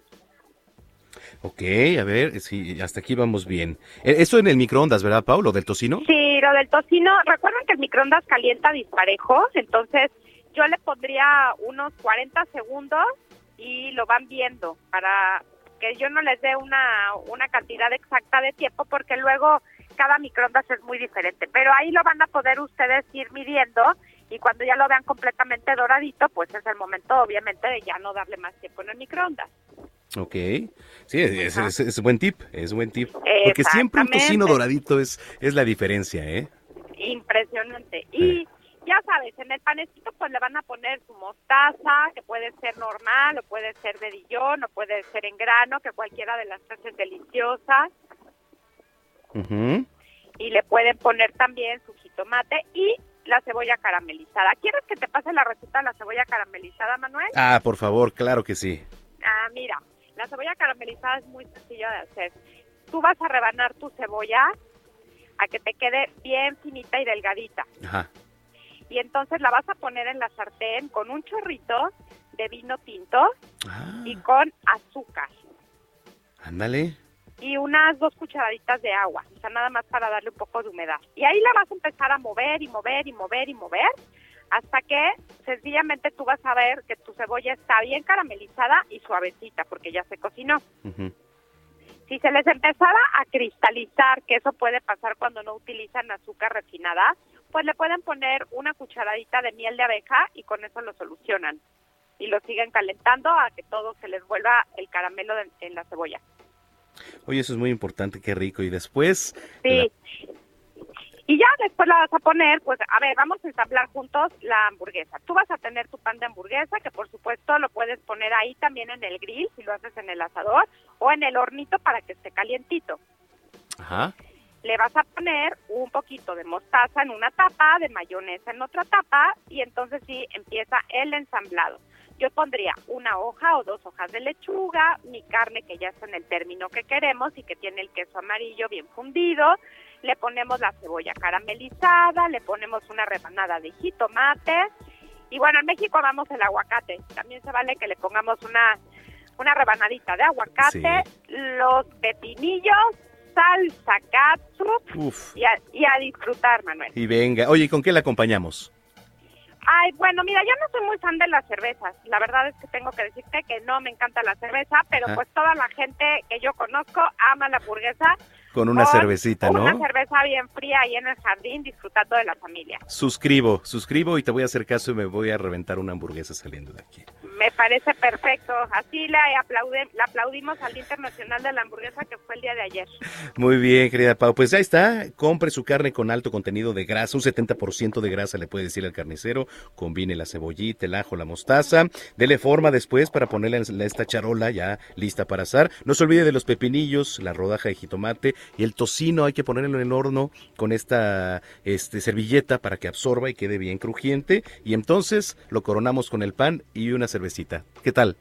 Ok, a ver, sí, hasta aquí vamos bien. Eso en el microondas, ¿verdad, Paulo, del tocino? Sí, lo del tocino, recuerden que el microondas calienta disparejo, entonces yo le pondría unos 40 segundos y lo van viendo para que yo no les dé una cantidad exacta de tiempo, porque luego cada microondas es muy diferente, pero ahí lo van a poder ustedes ir midiendo, y cuando ya lo vean completamente doradito, pues es el momento obviamente de ya no darle más tiempo en el microondas. Ok, sí, es buen tip, es buen tip. Porque siempre un tocino doradito es la diferencia, ¿eh? Impresionante. Y ya sabes, en el panecito pues le van a poner su mostaza, que puede ser normal, o puede ser de Dijon, o puede ser en grano, que cualquiera de las tres es deliciosa. Uh-huh. Y le pueden poner también su jitomate y la cebolla caramelizada. ¿Quieres que te pase la receta de la cebolla caramelizada, Manuel? Ah, por favor, claro que sí. Ah, mira, la cebolla caramelizada es muy sencilla de hacer. Tú vas a rebanar tu cebolla a que te quede bien finita y delgadita. Ajá. Y entonces la vas a poner en la sartén con un chorrito de vino tinto y con azúcar. Ándale. y unas 2 cucharaditas de agua, o sea, nada más para darle un poco de humedad. Y ahí la vas a empezar a mover y mover y mover y mover, hasta que sencillamente tú vas a ver que tu cebolla está bien caramelizada y suavecita, porque ya se cocinó. Ujú. Si se les empezara a cristalizar, que eso puede pasar cuando no utilizan azúcar refinada, pues le pueden poner una cucharadita de miel de abeja y con eso lo solucionan. Y lo siguen calentando a que todo se les vuelva el caramelo en la cebolla. Oye, eso es muy importante, qué rico. Y después... Sí. Y ya después la vas a poner, pues, a ver, vamos a ensamblar juntos la hamburguesa. Tú vas a tener tu pan de hamburguesa, que por supuesto lo puedes poner ahí también en el grill, si lo haces en el asador, o en el hornito para que esté calientito. Ajá. Le vas a poner un poquito de mostaza en una tapa, de mayonesa en otra tapa, y entonces sí empieza el ensamblado. Yo pondría 1 hoja o 2 hojas de lechuga, mi carne que ya está en el término que queremos y que tiene el queso amarillo bien fundido, le ponemos la cebolla caramelizada, le ponemos una rebanada de jitomate, y bueno, en México amamos el aguacate, también se vale que le pongamos una rebanadita de aguacate, sí. Los pepinillos, salsa catsup y a disfrutar, Manuel. Y venga, oye, ¿y con qué la acompañamos? Ay, bueno, mira, yo no soy muy fan de las cervezas. La verdad es que tengo que decirte que no me encanta la cerveza, pero pues toda la gente que yo conozco ama la hamburguesa. Con una cervecita, ¿no? Una cerveza bien fría ahí en el jardín, disfrutando de la familia. Suscribo y te voy a hacer caso y me voy a reventar una hamburguesa saliendo de aquí. Me parece perfecto. Así le aplaudimos al Día Internacional de la Hamburguesa, que fue el día de ayer. Muy bien, querida Pau. Pues ya está. Compre su carne con alto contenido de grasa. Un 70% de grasa le puede decir al carnicero. Combine la cebollita, el ajo, la mostaza. Dele forma después para ponerla en esta charola ya lista para asar. No se olvide de los pepinillos, la rodaja de jitomate y el tocino. Hay que ponerlo en el horno con esta servilleta para que absorba y quede bien crujiente. Y entonces lo coronamos con el pan y una cervecita. ¿Qué tal?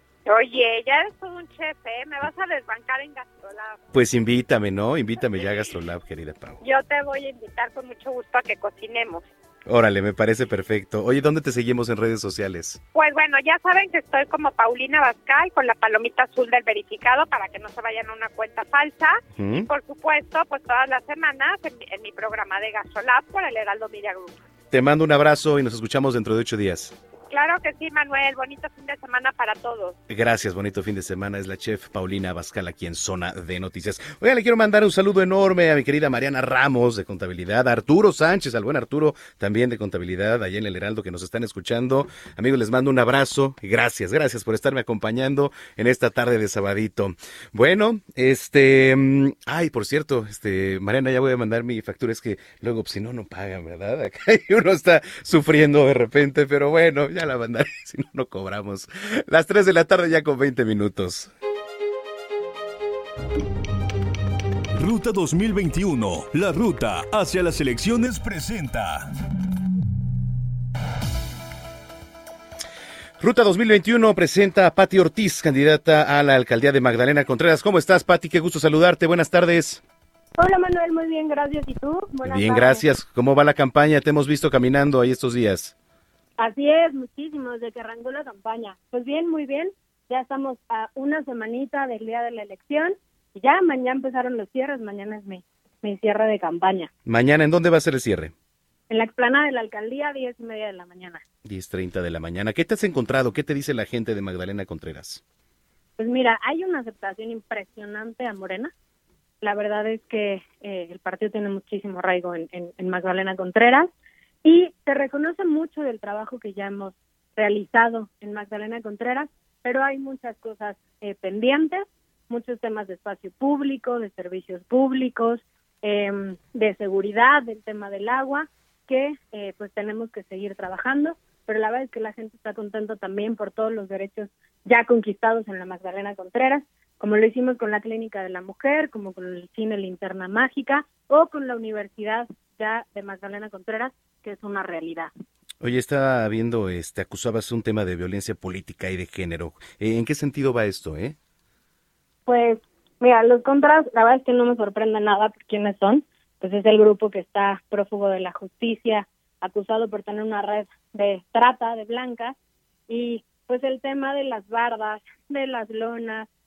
Oye, ya eres todo un chef, ¿eh? Me vas a desbancar en Gastrolab. Pues invítame, ¿no? Invítame ya a Gastrolab, querida Pau. Yo te voy a invitar con mucho gusto a que cocinemos. Órale, me parece perfecto. Oye, ¿dónde te seguimos en redes sociales? Pues bueno, ya saben que estoy como Paulina Abascal con la palomita azul del verificado para que no se vayan a una cuenta falsa. Y por supuesto, pues todas las semanas en mi programa de Gastrolab por el Heraldo Media Group. Te mando un abrazo y nos escuchamos dentro de 8 días. Claro que sí, Manuel. Bonito fin de semana para todos. Gracias, bonito fin de semana. Es la chef Paulina Abascal aquí en Zona de Noticias. Oiga, le quiero mandar un saludo enorme a mi querida Mariana Ramos de Contabilidad, a Arturo Sánchez, al buen Arturo también de Contabilidad, allá en el Heraldo que nos están escuchando. Amigos, les mando un abrazo y gracias por estarme acompañando en esta tarde de sabadito. Bueno, ay, por cierto, Mariana, ya voy a mandar mi factura. Es que luego, pues, si no pagan, ¿verdad? Acá uno está sufriendo de repente, pero bueno, ya la mandaré, si no cobramos. Las 3 de la tarde ya con 20 minutos. Ruta 2021, la ruta hacia las elecciones presenta. Ruta 2021 presenta a Pati Ortiz, candidata a la alcaldía de Magdalena Contreras. ¿Cómo estás, Pati? Qué gusto saludarte. Buenas tardes. Hola, Manuel. Muy bien, gracias. ¿Y tú? Buenas tardes. Gracias. ¿Cómo va la campaña? Te hemos visto caminando ahí estos días. Así es, muchísimo, desde que arrancó la campaña. Pues bien, muy bien. Ya estamos a una semanita del día de la elección. Y ya mañana empezaron los cierres. Mañana es mi cierre de campaña. ¿Mañana en dónde va a ser el cierre? En la explanada de la alcaldía, 10:30 de la mañana. 10:30 de la mañana. ¿Qué te has encontrado? ¿Qué te dice la gente de Magdalena Contreras? Pues mira, hay una aceptación impresionante a Morena. La verdad es que el partido tiene muchísimo arraigo en Magdalena Contreras. Y se reconoce mucho del trabajo que ya hemos realizado en Magdalena Contreras, pero hay muchas cosas pendientes, muchos temas de espacio público, de servicios públicos, de seguridad, del tema del agua, que pues tenemos que seguir trabajando, pero la verdad es que la gente está contenta también por todos los derechos ya conquistados en la Magdalena Contreras, como lo hicimos con la Clínica de la Mujer, como con el cine Linterna Mágica o con la Universidad ya de Magdalena Contreras, que es una realidad. Oye, estaba viendo, acusabas un tema de violencia política y de género. ¿En qué sentido va esto, Pues, mira, los contras, la verdad es que no me sorprende nada por quiénes son. Pues es el grupo que está prófugo de la justicia, acusado por tener una red de trata de blancas, y pues el tema de las bardas, de las lonas,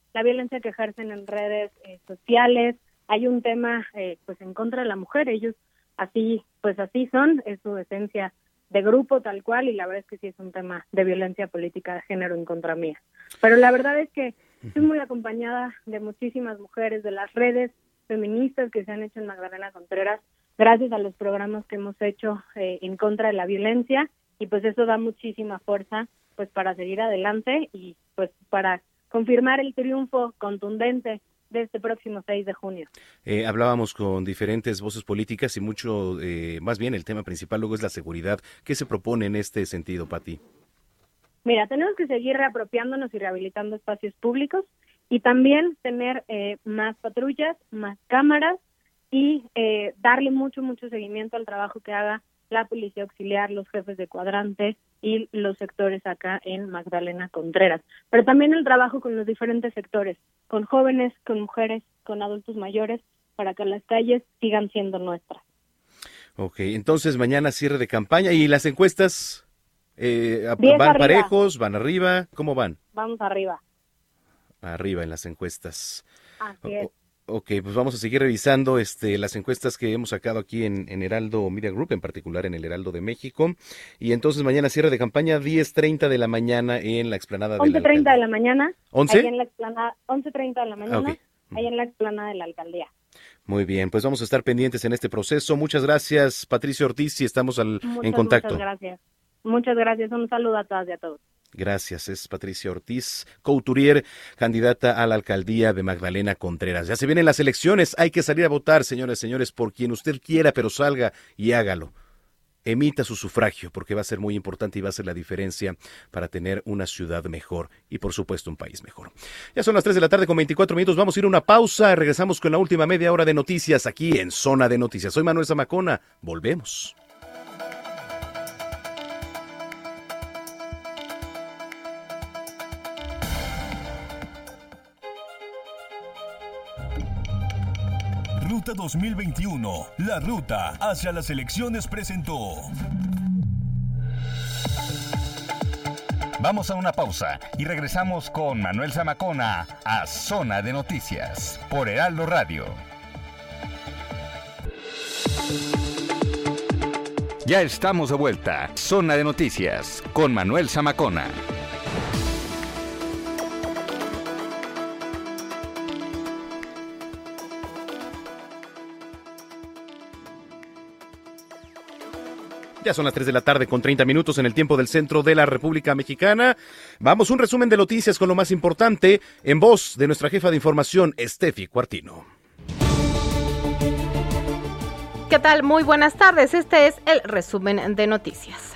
la violencia que ejercen en redes sociales. Hay un tema pues en contra de la mujer, ellos así son, es su esencia de grupo tal cual, y la verdad es que sí es un tema de violencia política de género en contra mía. Pero la verdad es que estoy muy acompañada de muchísimas mujeres, de las redes feministas que se han hecho en Magdalena Contreras, gracias a los programas que hemos hecho en contra de la violencia, y pues eso da muchísima fuerza pues para seguir adelante y pues para confirmar el triunfo contundente de este próximo 6 de junio. Hablábamos con diferentes voces políticas y mucho, más bien el tema principal luego es la seguridad. ¿Qué se propone en este sentido, Pati? Mira, tenemos que seguir reapropiándonos y rehabilitando espacios públicos y también tener más patrullas, más cámaras y darle mucho seguimiento al trabajo que haga la policía auxiliar, los jefes de cuadrante y los sectores acá en Magdalena Contreras. Pero también el trabajo con los diferentes sectores, con jóvenes, con mujeres, con adultos mayores, para que las calles sigan siendo nuestras. Ok, entonces mañana cierre de campaña. ¿Y las encuestas van arriba. Parejos, van arriba? ¿Cómo van? Vamos arriba. Arriba en las encuestas. Así es. Ok, pues vamos a seguir revisando las encuestas que hemos sacado aquí en Heraldo Media Group, en particular en el Heraldo de México. Y entonces mañana cierre de campaña, 10:30 de la mañana en la explanada de la alcaldía. 11:30 de la mañana. ¿11? Ahí en la explanada, 11:30 de la mañana, okay. Ahí en la explanada de la alcaldía. Muy bien, pues vamos a estar pendientes en este proceso. Muchas gracias, Patricia Ortiz, y estamos en contacto. Muchas gracias. Muchas gracias. Un saludo a todas y a todos. Gracias, es Patricia Ortiz, Couturier, candidata a la alcaldía de Magdalena Contreras. Ya se vienen las elecciones, hay que salir a votar, señoras y señores, por quien usted quiera, pero salga y hágalo. Emita su sufragio, porque va a ser muy importante y va a ser la diferencia para tener una ciudad mejor y, por supuesto, un país mejor. Ya son las 3:24 vamos a ir a una pausa, regresamos con la última media hora de noticias aquí en Zona de Noticias. Soy Manuel Zamacona, volvemos. Ruta 2021, la ruta hacia las elecciones presentó. Vamos a una pausa y regresamos con Manuel Zamacona a Zona de Noticias por Heraldo Radio. Ya estamos de vuelta. Zona de Noticias con Manuel Zamacona. Ya son las 3:30 p.m. en el tiempo del centro de la República Mexicana. Vamos, un resumen de noticias con lo más importante en voz de nuestra jefa de información, Estefi Cuartino. ¿Qué tal? Muy buenas tardes. Este es el resumen de noticias.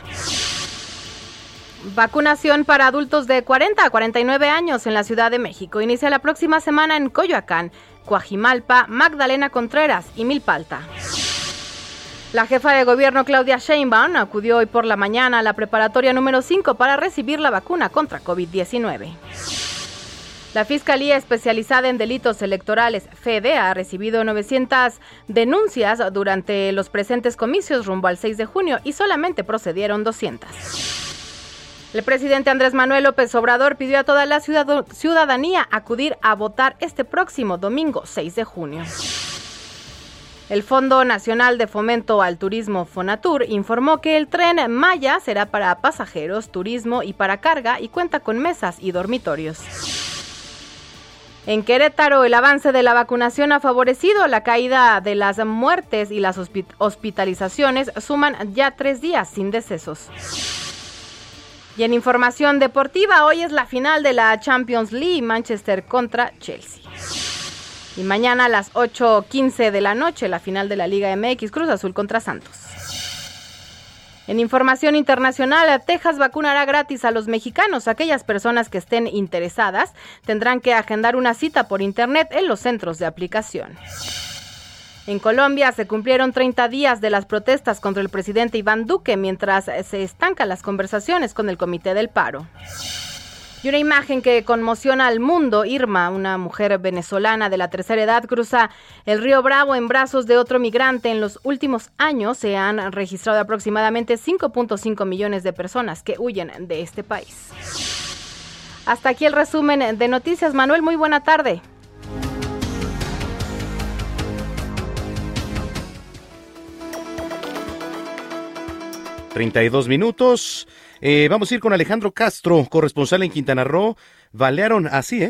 Vacunación para adultos de 40 a 49 años en la Ciudad de México. Inicia la próxima semana en Coyoacán, Coajimalpa, Magdalena Contreras y Milpalta. La jefa de gobierno Claudia Sheinbaum acudió hoy por la mañana a la preparatoria número 5 para recibir la vacuna contra COVID-19. La Fiscalía Especializada en Delitos Electorales, FEDE, ha recibido 900 denuncias durante los presentes comicios rumbo al 6 de junio y solamente procedieron 200. El presidente Andrés Manuel López Obrador pidió a toda la ciudadanía acudir a votar este próximo domingo 6 de junio. El Fondo Nacional de Fomento al Turismo, Fonatur, informó que el tren Maya será para pasajeros, turismo y para carga y cuenta con mesas y dormitorios. En Querétaro, el avance de la vacunación ha favorecido la caída de las muertes y las hospitalizaciones suman ya 3 días sin decesos. Y en información deportiva, hoy es la final de la Champions League, Manchester contra Chelsea. Y mañana a las 8:15 de la noche, la final de la Liga MX, Cruz Azul contra Santos. En información internacional, Texas vacunará gratis a los mexicanos. Aquellas personas que estén interesadas tendrán que agendar una cita por internet en los centros de aplicación. En Colombia se cumplieron 30 días de las protestas contra el presidente Iván Duque, mientras se estancan las conversaciones con el Comité del Paro. Y una imagen que conmociona al mundo: Irma, una mujer venezolana de la tercera edad, cruza el río Bravo en brazos de otro migrante. En los últimos años se han registrado aproximadamente 5.5 millones de personas que huyen de este país. Hasta aquí el resumen de noticias. Manuel, muy buena tarde. ...32 minutos... vamos a ir con Alejandro Castro, corresponsal en Quintana Roo. Balearon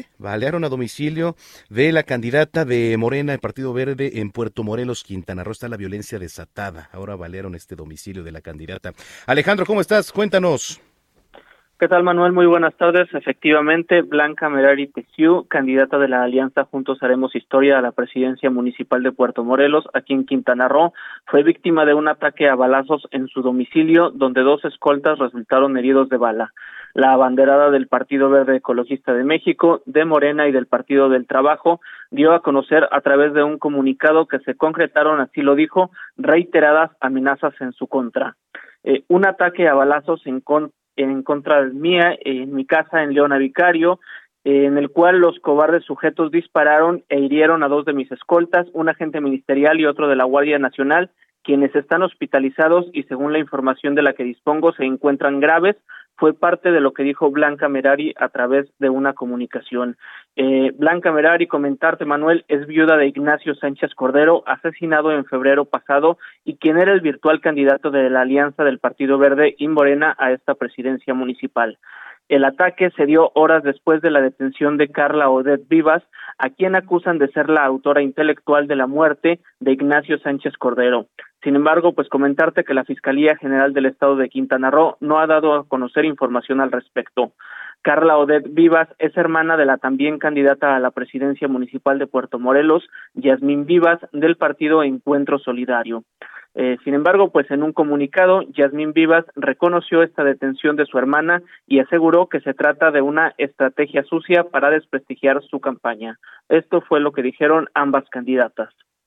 a domicilio de la candidata de Morena, el Partido Verde, en Puerto Morelos, Quintana Roo. Está la violencia desatada. Ahora balearon este domicilio de la candidata. Alejandro, ¿cómo estás? Cuéntanos. ¿Qué tal, Manuel? Muy buenas tardes. Efectivamente, Blanca Merari Tesiu, candidata de la alianza Juntos Haremos Historia a la presidencia municipal de Puerto Morelos, aquí en Quintana Roo, fue víctima de un ataque a balazos en su domicilio, donde 2 escoltas resultaron heridos de bala. La abanderada del Partido Verde Ecologista de México, de Morena y del Partido del Trabajo dio a conocer a través de un comunicado que se concretaron, así lo dijo, reiteradas amenazas en su contra. Un ataque a balazos en contra mía, en mi casa en Leona Vicario, en el cual los cobardes sujetos dispararon e hirieron a 2 de mis escoltas, un agente ministerial y otro de la Guardia Nacional, quienes están hospitalizados y según la información de la que dispongo se encuentran graves. Fue parte de lo que dijo Blanca Merari a través de una comunicación. Blanca Merari, comentarte, Manuel, es viuda de Ignacio Sánchez Cordero, asesinado en febrero pasado y quien era el virtual candidato de la alianza del Partido Verde y Morena a esta presidencia municipal. El ataque se dio horas después de la detención de Carla Odette Vivas, a quien acusan de ser la autora intelectual de la muerte de Ignacio Sánchez Cordero. Sin embargo, pues comentarte que la Fiscalía General del Estado de Quintana Roo no ha dado a conocer información al respecto. Carla Odette Vivas es hermana de la también candidata a la presidencia municipal de Puerto Morelos, Yasmín Vivas, del partido Encuentro Solidario. Sin embargo, pues en un comunicado, Yasmín Vivas reconoció esta detención de su hermana y aseguró que se trata de una estrategia sucia para desprestigiar su campaña. Esto fue lo que dijeron ambas candidatas.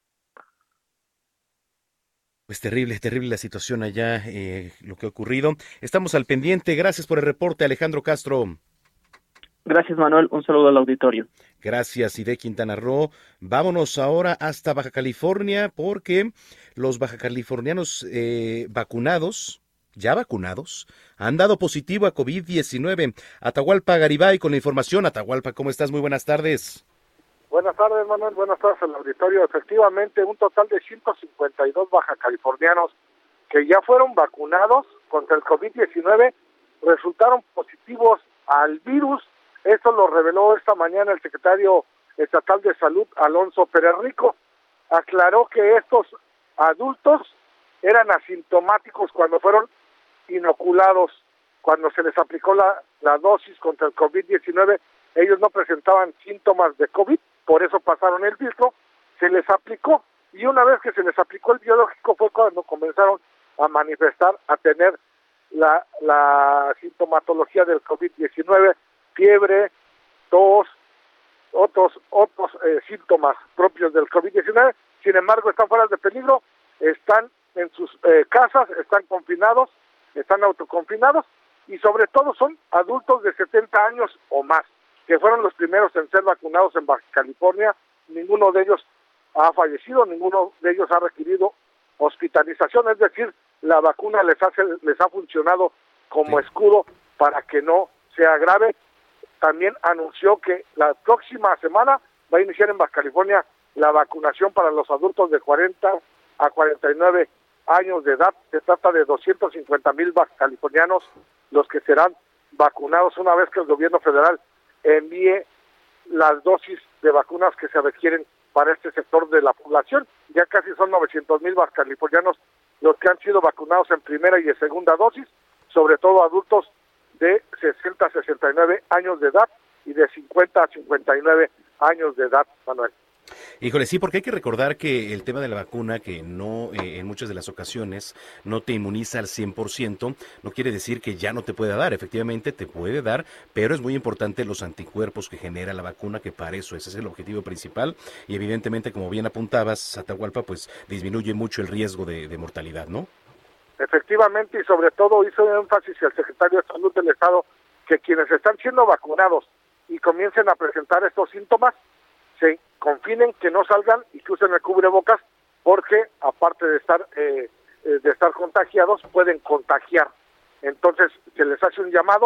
Pues terrible la situación allá, lo que ha ocurrido. Estamos al pendiente. Gracias por el reporte, Alejandro Castro. Gracias, Manuel. Un saludo al auditorio. Gracias, y de Quintana Roo. Vámonos ahora hasta Baja California, porque los bajacalifornianos vacunados, han dado positivo a COVID-19. Atahualpa Garibay con la información. Atahualpa, ¿cómo estás? Muy buenas tardes. Buenas tardes, Manuel. Buenas tardes al auditorio. Efectivamente, un total de 152 bajacalifornianos que ya fueron vacunados contra el COVID-19 resultaron positivos al virus. Esto lo reveló esta mañana el secretario estatal de Salud, Alonso Pérez Rico. Aclaró que estos adultos eran asintomáticos cuando fueron inoculados, cuando se les aplicó la dosis contra el COVID-19. Ellos no presentaban síntomas de COVID, por eso pasaron el filtro, se les aplicó, y una vez que se les aplicó el biológico fue cuando comenzaron a manifestar, a tener la sintomatología del COVID-19, fiebre, tos, otros síntomas propios del COVID-19. Sin embargo, están fuera de peligro, están en sus casas, están confinados, están autoconfinados, y sobre todo son adultos de 70 años o más, que fueron los primeros en ser vacunados en Baja California. Ninguno de ellos ha fallecido, ninguno de ellos ha requerido hospitalización, es decir, la vacuna les ha funcionado como escudo para que no sea grave. También anunció que la próxima semana va a iniciar en Baja California la vacunación para los adultos de 40 a 49 años de edad. Se trata de 250,000 baja californianos los que serán vacunados una vez que el gobierno federal envíe las dosis de vacunas que se requieren para este sector de la población. Ya casi son 900,000 baja californianos los que han sido vacunados en primera y en segunda dosis, sobre todo adultos de 60 a 69 años de edad y de 50 a 59 años de edad, Manuel. Híjole, sí, porque hay que recordar que el tema de la vacuna, que no en muchas de las ocasiones no te inmuniza al 100%, no quiere decir que ya no te pueda dar. Efectivamente te puede dar, pero es muy importante los anticuerpos que genera la vacuna, que para eso ese es el objetivo principal, y evidentemente, como bien apuntabas, Atahualpa, pues disminuye mucho el riesgo de mortalidad, ¿no? Efectivamente, y sobre todo hizo énfasis el secretario de Salud del Estado que quienes están siendo vacunados y comiencen a presentar estos síntomas, se confinen, que no salgan y que usen el cubrebocas, porque aparte de estar contagiados, pueden contagiar. Entonces se les hace un llamado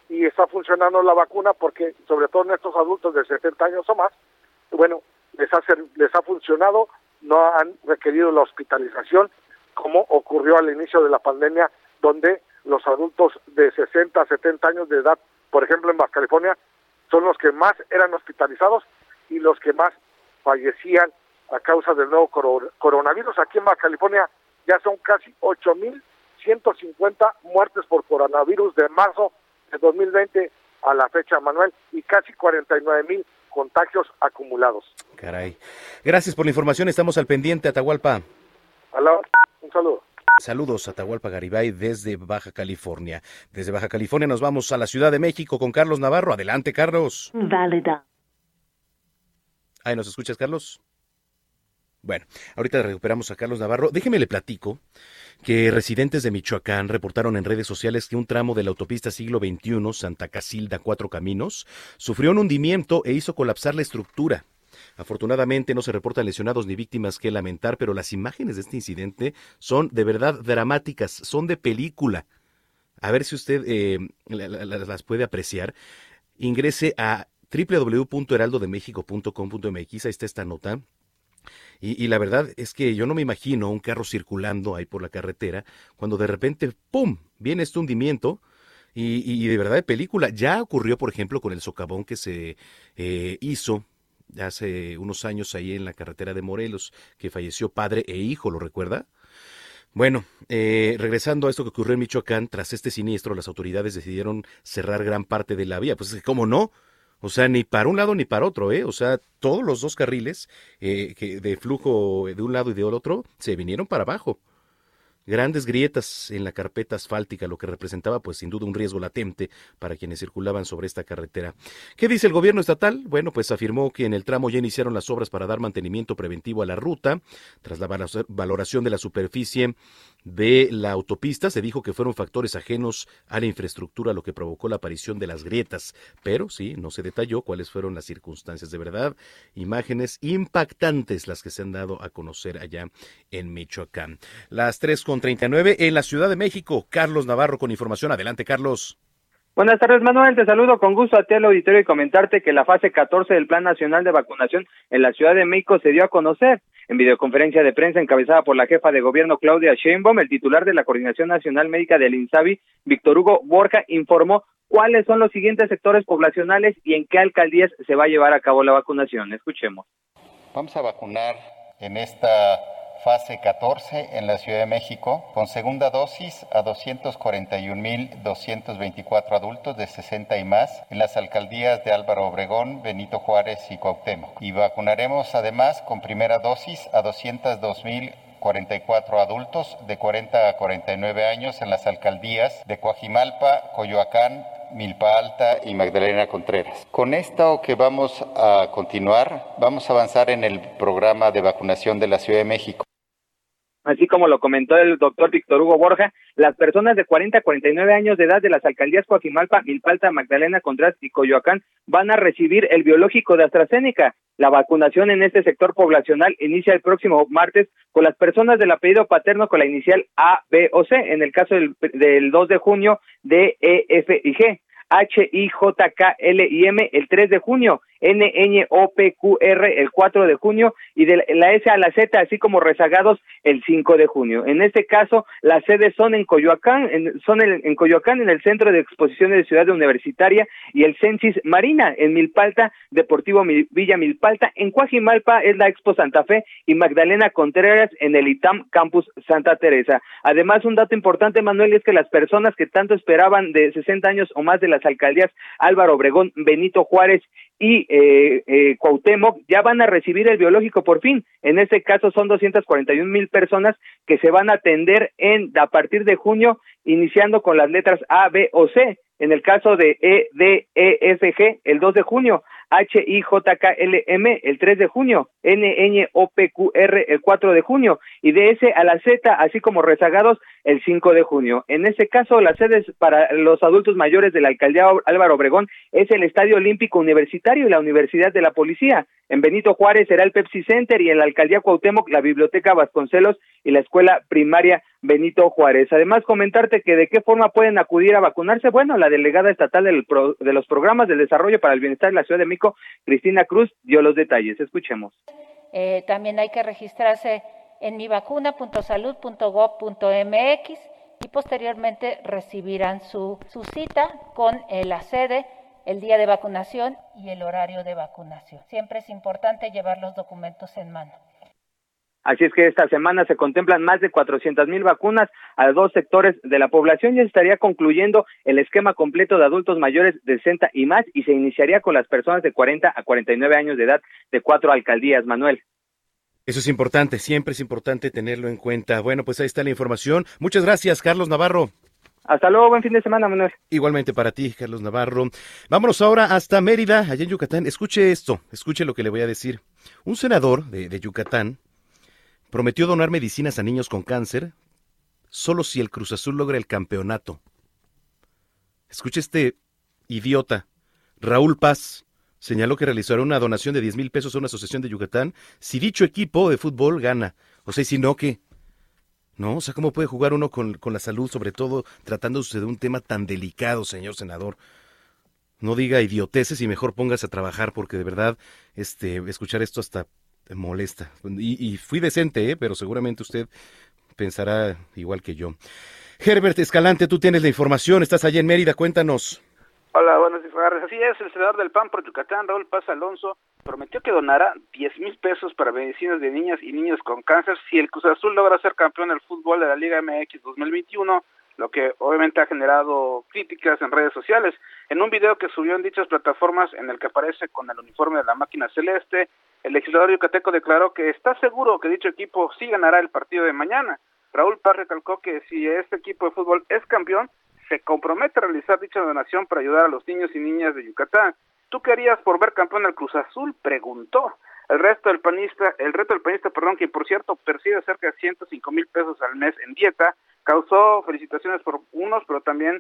y está funcionando la vacuna porque, sobre todo en estos adultos de 70 años o más, bueno, les ha funcionado, no han requerido la hospitalización como ocurrió al inicio de la pandemia, donde los adultos de 60 a 70 años de edad, por ejemplo en Baja California, son los que más eran hospitalizados y los que más fallecían a causa del nuevo coronavirus. Aquí en Baja California ya son casi 8,150 muertes por coronavirus de marzo de 2020 a la fecha, Manuel, y casi 49,000 contagios acumulados. Caray. Gracias por la información, estamos al pendiente, Atahualpa. Hola, un saludo. Saludos, Atahualpa Garibay, desde Baja California. Desde Baja California nos vamos a la Ciudad de México con Carlos Navarro. Adelante, Carlos. Válida. ¿Ahí nos escuchas, Carlos? Bueno, ahorita recuperamos a Carlos Navarro. Déjeme le platico que residentes de Michoacán reportaron en redes sociales que un tramo de la autopista Siglo XXI, Santa Casilda, Cuatro Caminos, sufrió un hundimiento e hizo colapsar la estructura. Afortunadamente no se reportan lesionados ni víctimas que lamentar, pero las imágenes de este incidente son de verdad dramáticas, son de película. A ver si usted las puede apreciar. Ingrese a www.heraldodemexico.com.mx, ahí está esta nota. Y la verdad es que yo no me imagino un carro circulando ahí por la carretera cuando de repente, ¡pum!, viene este hundimiento y de verdad de película. Ya ocurrió, por ejemplo, con el socavón que se hizo hace unos años ahí en la carretera de Morelos, que falleció padre e hijo, ¿lo recuerda? Bueno, regresando a esto que ocurrió en Michoacán, tras este siniestro, las autoridades decidieron cerrar gran parte de la vía. Pues, ¿cómo no? O sea, ni para un lado ni para otro, O sea, todos los dos carriles que de flujo de un lado y del otro se vinieron para abajo. Grandes grietas en la carpeta asfáltica, lo que representaba, pues, sin duda un riesgo latente para quienes circulaban sobre esta carretera. ¿Qué dice el gobierno estatal? Bueno, pues afirmó que en el tramo ya iniciaron las obras para dar mantenimiento preventivo a la ruta. Tras la valoración de la superficie de la autopista, se dijo que fueron factores ajenos a la infraestructura lo que provocó la aparición de las grietas. Pero sí, no se detalló cuáles fueron las circunstancias. De verdad, imágenes impactantes las que se han dado a conocer allá en Michoacán. Las 3:39 en la Ciudad de México. Carlos Navarro con información. Adelante, Carlos. Buenas tardes, Manuel. Te saludo con gusto a ti al auditorio y comentarte que la fase 14 del Plan Nacional de Vacunación en la Ciudad de México se dio a conocer. En videoconferencia de prensa encabezada por la jefa de gobierno Claudia Sheinbaum, el titular de la Coordinación Nacional Médica del INSABI, Víctor Hugo Borja, informó cuáles son los siguientes sectores poblacionales y en qué alcaldías se va a llevar a cabo la vacunación. Escuchemos. Vamos a vacunar en esta fase 14 en la Ciudad de México con segunda dosis a 241,224 adultos de 60 y más en las alcaldías de Álvaro Obregón, Benito Juárez y Cuauhtémoc. Y vacunaremos además con primera dosis a 202,044 adultos de 40 a 49 años en las alcaldías de Coajimalpa, Coyoacán, Milpa Alta y Magdalena Contreras. Con esto que vamos a continuar, vamos a avanzar en el programa de vacunación de la Ciudad de México. Así como lo comentó el doctor Víctor Hugo Borja, las personas de 40 a 49 años de edad de las alcaldías Coajimalpa, Milpa Alta, Magdalena Contreras y Coyoacán van a recibir el biológico de AstraZeneca. La vacunación en este sector poblacional inicia el próximo martes con las personas del apellido paterno con la inicial A, B o C, en el caso del 2 de junio, D, E, F y G. H, I, J, K, L y M el 3 de junio, N, Ñ, O, P, Q, R el 4 de junio y de la S a la Z, así como rezagados el 5 de junio. En este caso, las sedes son en Coyoacán, en Coyoacán, en el Centro de Exposiciones de Ciudad Universitaria y el Censis Marina, en Milpa Alta, Deportivo Villa Milpa Alta, en Coajimalpa es la Expo Santa Fe y Magdalena Contreras en el ITAM Campus Santa Teresa. Además, un dato importante, Manuel, es que las personas que tanto esperaban de 60 años o más de las alcaldías Álvaro Obregón, Benito Juárez y Cuauhtémoc ya van a recibir el biológico por fin. En este caso son 241,000 personas que se van a atender a partir de junio, iniciando con las letras A, B o C. En el caso de E, D, E, F, G, el 2 de junio. HIJKLM el 3 de junio, NNOPQR el 4 de junio y DS a la Z, así como rezagados el 5 de junio. En este caso, las sedes para los adultos mayores de la Alcaldía Álvaro Obregón es el Estadio Olímpico Universitario y la Universidad de la Policía. En Benito Juárez será el Pepsi Center y en la Alcaldía Cuauhtémoc la Biblioteca Vasconcelos y la Escuela Primaria Benito Juárez. Además, comentarte que de qué forma pueden acudir a vacunarse. Bueno, la delegada estatal de los programas del desarrollo para el bienestar de la Ciudad de México, Cristina Cruz, dio los detalles. Escuchemos. También hay que registrarse en mivacuna.salud.gov.mx y posteriormente recibirán su cita con la sede, el día de vacunación y el horario de vacunación. Siempre es importante llevar los documentos en mano. Así es que esta semana se contemplan más de 400,000 vacunas a 2 sectores de la población y estaría concluyendo el esquema completo de adultos mayores de 60 y más y se iniciaría con las personas de 40 a 49 años de edad de 4 alcaldías, Manuel. Eso es importante, siempre es importante tenerlo en cuenta. Bueno, pues ahí está la información. Muchas gracias, Carlos Navarro. Hasta luego, buen fin de semana, Manuel. Igualmente para ti, Carlos Navarro. Vámonos ahora hasta Mérida, allá en Yucatán. Escuche esto, escuche lo que le voy a decir. Un senador de Yucatán prometió donar medicinas a niños con cáncer solo si el Cruz Azul logra el campeonato. Escuche este idiota. Raúl Paz señaló que realizará una donación de 10,000 pesos a una asociación de Yucatán si dicho equipo de fútbol gana. O sea, si no, ¿qué? ¿No? O sea, ¿cómo puede jugar uno con la salud, sobre todo tratándose de un tema tan delicado, señor senador? No diga idioteces y mejor póngase a trabajar, porque de verdad, escuchar esto hasta molesta. Y fui decente, pero seguramente usted pensará igual que yo. Herbert Escalante, tú tienes la información, estás allá en Mérida, cuéntanos. Hola, buenos días. Así es, el senador del PAN por Yucatán, Raúl Paz Alonso, prometió que donará 10,000 pesos para medicinas de niñas y niños con cáncer si el Cruz Azul logra ser campeón del fútbol de la Liga MX 2021, lo que obviamente ha generado críticas en redes sociales. En un video que subió en dichas plataformas, en el que aparece con el uniforme de la máquina celeste, el legislador yucateco declaró que está seguro que dicho equipo sí ganará el partido de mañana. Raúl Paz recalcó que si este equipo de fútbol es campeón, se compromete a realizar dicha donación para ayudar a los niños y niñas de Yucatán. ¿Tú qué harías por ver campeón al Cruz Azul?, preguntó. El reto del panista, quien por cierto percibe cerca de 105,000 pesos al mes en dieta, causó felicitaciones por unos, pero también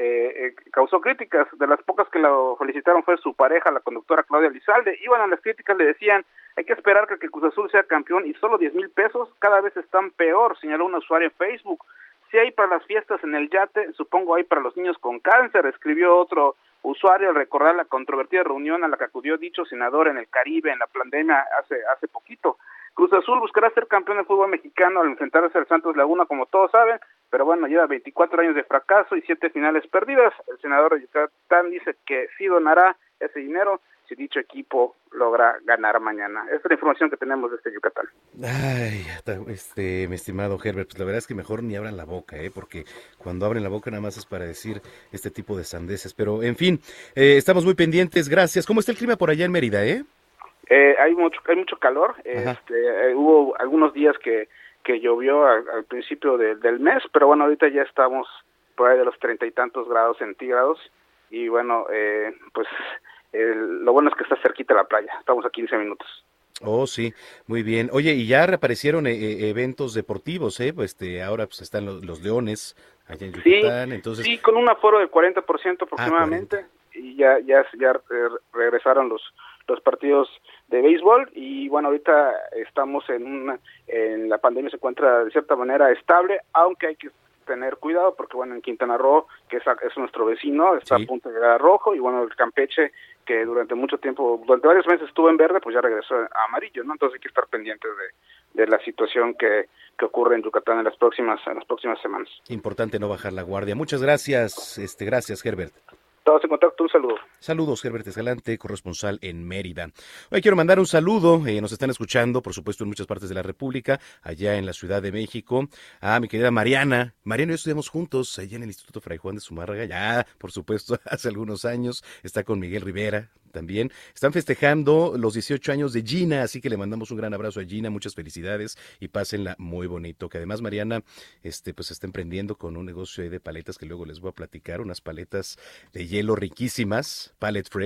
causó críticas. De las pocas que lo felicitaron fue su pareja, la conductora Claudia Lizalde. Y bueno, las críticas le decían, hay que esperar que el Cruz Azul sea campeón y solo 10,000 pesos cada vez están peor, señaló un usuario en Facebook. Si hay para las fiestas en el yate, supongo hay para los niños con cáncer, escribió otro usuario al recordar la controvertida reunión a la que acudió dicho senador en el Caribe en la pandemia hace poquito. Cruz Azul buscará ser campeón del fútbol mexicano al enfrentarse al Santos Laguna, como todos saben, pero bueno, lleva 24 años de fracaso y 7 finales perdidas. El senador de Yucatán dice que sí donará ese dinero si dicho equipo logra ganar mañana. Esta es la información que tenemos desde Yucatán. Ay, mi estimado Herbert, pues la verdad es que mejor ni abran la boca, porque cuando abren la boca nada más es para decir este tipo de sandeces. Pero, en fin, estamos muy pendientes, gracias. ¿Cómo está el clima por allá en Mérida, Hay mucho calor. Hubo algunos días que llovió al principio del mes, pero bueno, ahorita ya estamos por ahí de los 30 y tantos grados centígrados y bueno, lo bueno es que está cerquita la playa, estamos a 15 minutos. Oh, sí, muy bien. Oye, y ya reaparecieron eventos deportivos, ahora pues están los Leones allá en Yucatán, entonces... Sí, con un aforo del 40% aproximadamente, y ya regresaron los partidos de béisbol, y bueno, ahorita estamos en la pandemia se encuentra de cierta manera estable, aunque hay que tener cuidado, porque bueno, en Quintana Roo, que es nuestro vecino, está a punto de llegar a rojo, y bueno, el Campeche, que durante varios meses estuvo en verde, pues ya regresó a amarillo, ¿no? Entonces hay que estar pendientes de la situación que ocurre en Yucatán en las próximas semanas. Importante no bajar la guardia. Muchas gracias, gracias, Herbert. Todos en contacto, un saludo. Saludos, Herbert Escalante, corresponsal en Mérida. Hoy quiero mandar un saludo, nos están escuchando, por supuesto, en muchas partes de la República, allá en la Ciudad de México, a mi querida Mariana. Mariana y yo estudiamos juntos allá en el Instituto Fray Juan de Zumárraga, ya, por supuesto, hace algunos años, está con Miguel Rivera también. Están festejando los 18 años de Gina, así que le mandamos un gran abrazo a Gina, muchas felicidades y pásenla muy bonito. Que además Mariana pues está emprendiendo con un negocio de paletas que luego les voy a platicar, unas paletas de hielo riquísimas, Palette Fresh,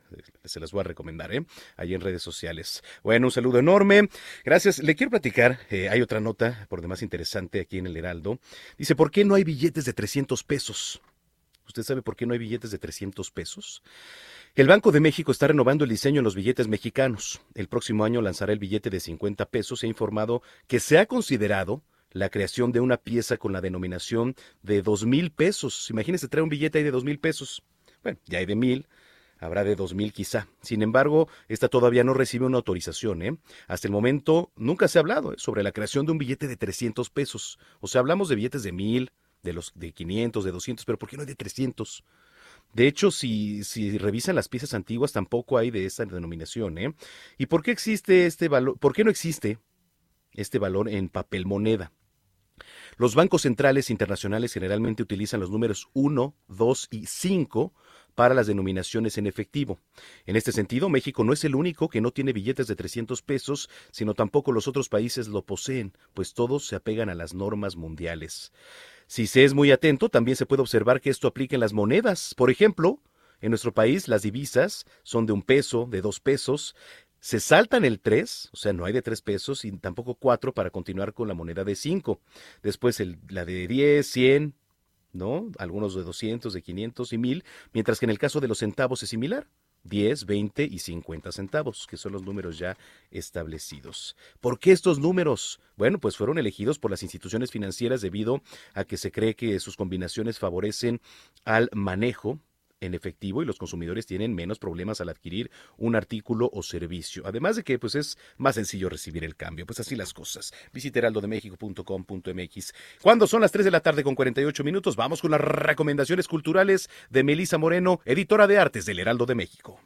Se las voy a recomendar, ahí en redes sociales. Bueno, un saludo enorme. Gracias. Le quiero platicar, hay otra nota por demás interesante aquí en el Heraldo. Dice, ¿por qué no hay billetes de 300 pesos? ¿Usted sabe por qué no hay billetes de 300 pesos? El Banco de México está renovando el diseño en los billetes mexicanos. El próximo año lanzará el billete de 50 pesos. Se ha informado que se ha considerado la creación de una pieza con la denominación de 2,000 pesos. Imagínese traer un billete ahí de 2,000 pesos. Bueno, ya hay de 1,000, habrá de 2,000 quizá. Sin embargo, esta todavía no recibe una autorización, Hasta el momento nunca se ha hablado sobre la creación de un billete de 300 pesos. O sea, hablamos de billetes de 1,000, de 500, de 200, pero ¿por qué no hay de 300? De hecho, si revisan las piezas antiguas, tampoco hay de esta denominación, ¿Y por qué existe este valor? ¿Por qué no existe este valor en papel moneda? Los bancos centrales internacionales generalmente utilizan los números 1, 2 y 5 para las denominaciones en efectivo. En este sentido, México no es el único que no tiene billetes de 300 pesos, sino tampoco los otros países lo poseen, pues todos se apegan a las normas mundiales. Si se es muy atento, también se puede observar que esto aplica en las monedas. Por ejemplo, en nuestro país las divisas son de 1 peso, de 2 pesos, se saltan el 3, o sea, no hay de 3 pesos y tampoco 4 para continuar con la moneda de 5. Después la de 10, 100, ¿no? Algunos de 200, de 500 y 1,000, mientras que en el caso de los centavos es similar. 10, 20 y 50 centavos, que son los números ya establecidos. ¿Por qué estos números? Bueno, pues fueron elegidos por las instituciones financieras debido a que se cree que sus combinaciones favorecen al manejo en efectivo y los consumidores tienen menos problemas al adquirir un artículo o servicio. Además de que pues es más sencillo recibir el cambio. Pues así las cosas. Visite heraldodemexico.com.mx. Cuando son las 3 de la tarde con 48 minutos, vamos con las recomendaciones culturales de Melisa Moreno, editora de artes del Heraldo de México.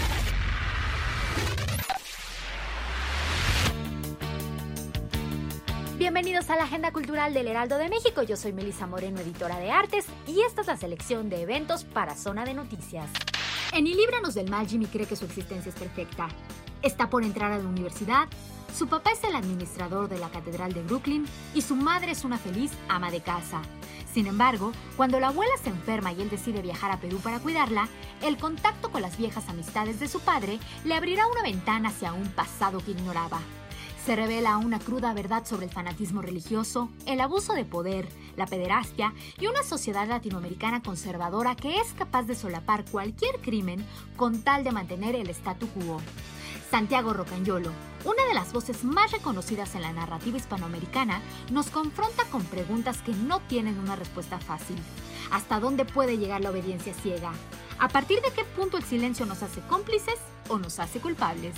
Bienvenidos a la Agenda Cultural del Heraldo de México. Yo soy Melisa Moreno, editora de artes, y esta es la selección de eventos para Zona de Noticias. En Y líbranos del mal, Jimmy cree que su existencia es perfecta. Está por entrar a la universidad, su papá es el administrador de la Catedral de Brooklyn y su madre es una feliz ama de casa. Sin embargo, cuando la abuela se enferma y él decide viajar a Perú para cuidarla, el contacto con las viejas amistades de su padre le abrirá una ventana hacia un pasado que ignoraba. Se revela una cruda verdad sobre el fanatismo religioso, el abuso de poder, la pederastia y una sociedad latinoamericana conservadora que es capaz de solapar cualquier crimen con tal de mantener el statu quo. Santiago Rocagnolo, una de las voces más reconocidas en la narrativa hispanoamericana, nos confronta con preguntas que no tienen una respuesta fácil. ¿Hasta dónde puede llegar la obediencia ciega? ¿A partir de qué punto el silencio nos hace cómplices o nos hace culpables?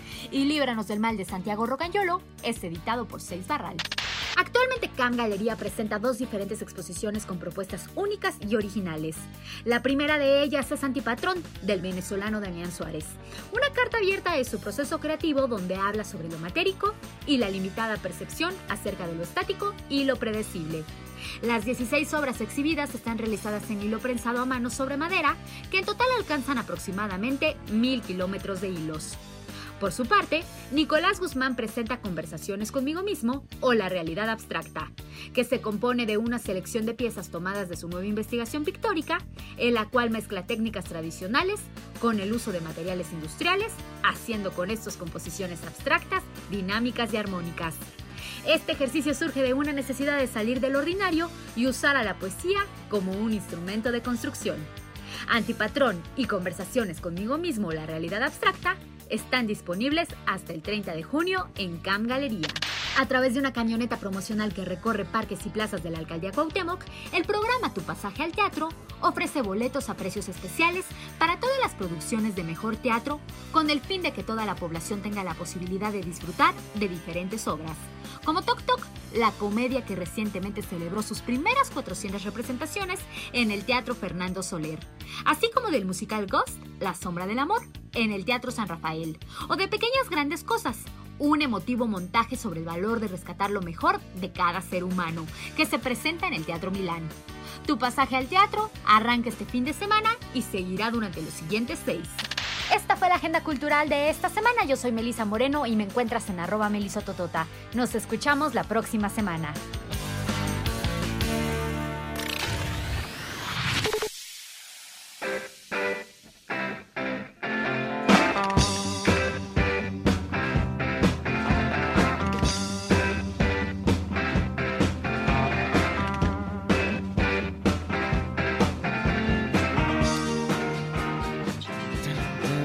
Y líbranos del mal de Santiago Rocagnolo es editado por Seis Barral. Actualmente CAM Galería presenta 2 diferentes exposiciones con propuestas únicas y originales. La primera de ellas es Antipatrón, del venezolano Damián Suárez. Una carta abierta de su proceso creativo donde habla sobre lo matérico y la limitada percepción acerca de lo estático y lo predecible. Las 16 obras exhibidas están realizadas en hilo prensado a mano sobre madera, que en total alcanzan aproximadamente 1,000 kilómetros de hilos. Por su parte, Nicolás Guzmán presenta Conversaciones conmigo mismo o La realidad abstracta, que se compone de una selección de piezas tomadas de su nueva investigación pictórica, en la cual mezcla técnicas tradicionales con el uso de materiales industriales, haciendo con estos composiciones abstractas, dinámicas y armónicas. Este ejercicio surge de una necesidad de salir del ordinario y usar a la poesía como un instrumento de construcción. Antipatrón y Conversaciones conmigo mismo, La realidad abstracta, están disponibles hasta el 30 de junio en CAM Galería. A través de una camioneta promocional que recorre parques y plazas de la Alcaldía Cuauhtémoc, el programa Tu Pasaje al Teatro ofrece boletos a precios especiales para todas las producciones de mejor teatro, con el fin de que toda la población tenga la posibilidad de disfrutar de diferentes obras, como Toc Toc, la comedia que recientemente celebró sus primeras 400 representaciones en el Teatro Fernando Soler, así como del musical Ghost, La Sombra del Amor, en el Teatro San Rafael, o de Pequeñas Grandes Cosas, un emotivo montaje sobre el valor de rescatar lo mejor de cada ser humano, que se presenta en el Teatro Milán. Tu Pasaje al Teatro arranca este fin de semana y seguirá durante los siguientes 6. Esta fue la agenda cultural de esta semana. Yo soy Melisa Moreno y me encuentras en @melisototota. Nos escuchamos la próxima semana.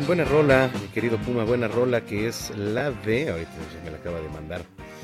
buena rola, mi querido Puma, buena rola que es la de... Ahorita me la acaba de mandar.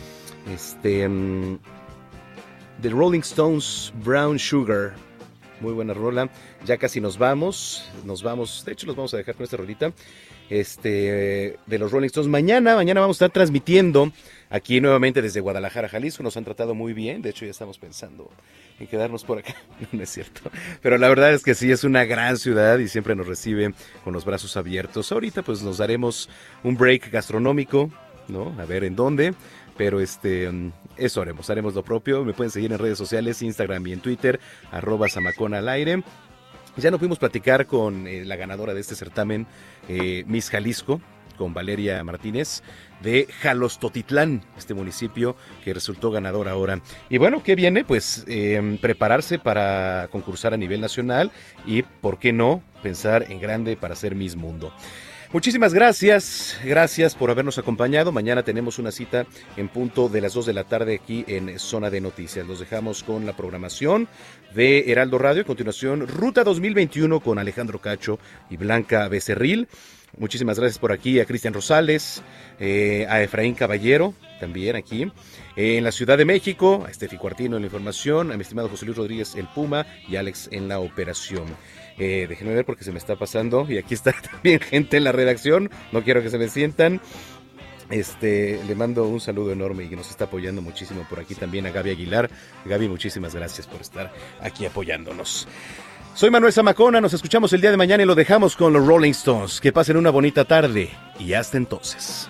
The Rolling Stones, Brown Sugar. Muy buena rola. Ya casi nos vamos. De hecho, los vamos a dejar con esta rolita. De los Rolling Stones. Mañana vamos a estar transmitiendo aquí nuevamente desde Guadalajara, Jalisco. Nos han tratado muy bien. De hecho, ya estamos pensando en quedarnos por acá. No es cierto. Pero la verdad es que sí, es una gran ciudad y siempre nos recibe con los brazos abiertos. Ahorita pues nos daremos un break gastronómico, ¿no? A ver en dónde. Pero eso haremos lo propio. Me pueden seguir en redes sociales, Instagram y en Twitter, @Zamacona_al_aire. Ya no pudimos platicar con la ganadora de este certamen, Miss Jalisco, con Valeria Martínez, de Jalostotitlán, este municipio que resultó ganador ahora. Y bueno, ¿qué viene? Pues prepararse para concursar a nivel nacional y, ¿por qué no?, pensar en grande para ser Miss Mundo. Muchísimas gracias por habernos acompañado. Mañana tenemos una cita en punto de las 2 de la tarde aquí en Zona de Noticias. Los dejamos con la programación de Heraldo Radio. A continuación, Ruta 2021 con Alejandro Cacho y Blanca Becerril. Muchísimas gracias por aquí a Cristian Rosales, a Efraín Caballero, también aquí. En la Ciudad de México, a Estefi Cuartino en la información, a mi estimado José Luis Rodríguez, el Puma, y Alex en la operación. Déjenme ver porque se me está pasando, y aquí está también gente en la redacción, no quiero que se me sientan. Le mando un saludo enorme y que nos está apoyando muchísimo por aquí también a Gaby Aguilar. Gaby, muchísimas gracias por estar aquí apoyándonos. Soy Manuel Zamacona, nos escuchamos el día de mañana y lo dejamos con los Rolling Stones. Que pasen una bonita tarde y hasta entonces.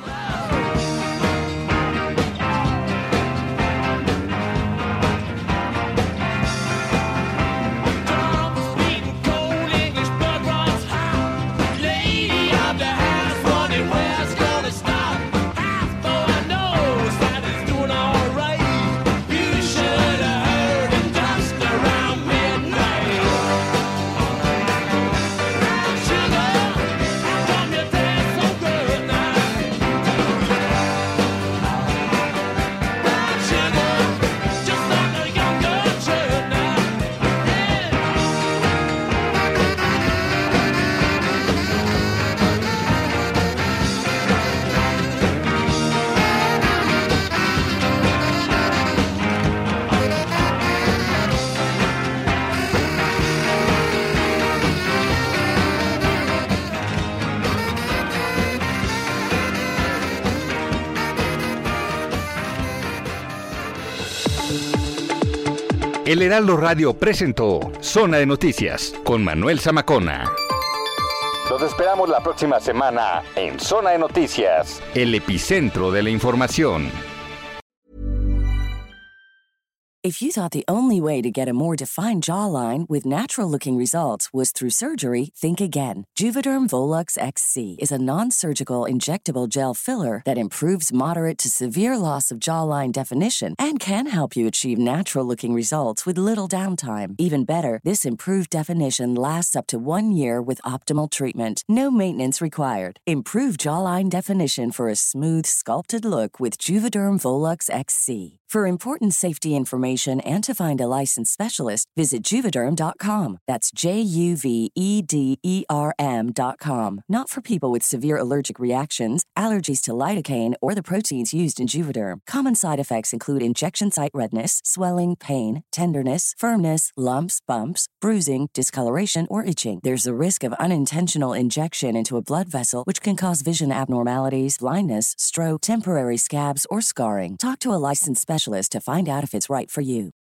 El Heraldo Radio presentó Zona de Noticias con Manuel Zamacona. Los esperamos la próxima semana en Zona de Noticias, el epicentro de la información. If you thought the only way to get a more defined jawline with natural-looking results was through surgery, think again. Juvederm Volux XC is a non-surgical injectable gel filler that improves moderate to severe loss of jawline definition and can help you achieve natural-looking results with little downtime. Even better, this improved definition lasts up to 1 year with optimal treatment. No maintenance required. Improve jawline definition for a smooth, sculpted look with Juvederm Volux XC. For important safety information and to find a licensed specialist, visit Juvederm.com. That's JUVEDERM.com. Not for people with severe allergic reactions, allergies to lidocaine, or the proteins used in Juvederm. Common side effects include injection site redness, swelling, pain, tenderness, firmness, lumps, bumps, bruising, discoloration, or itching. There's a risk of unintentional injection into a blood vessel, which can cause vision abnormalities, blindness, stroke, temporary scabs, or scarring. Talk to a licensed specialist to find out if it's right for you.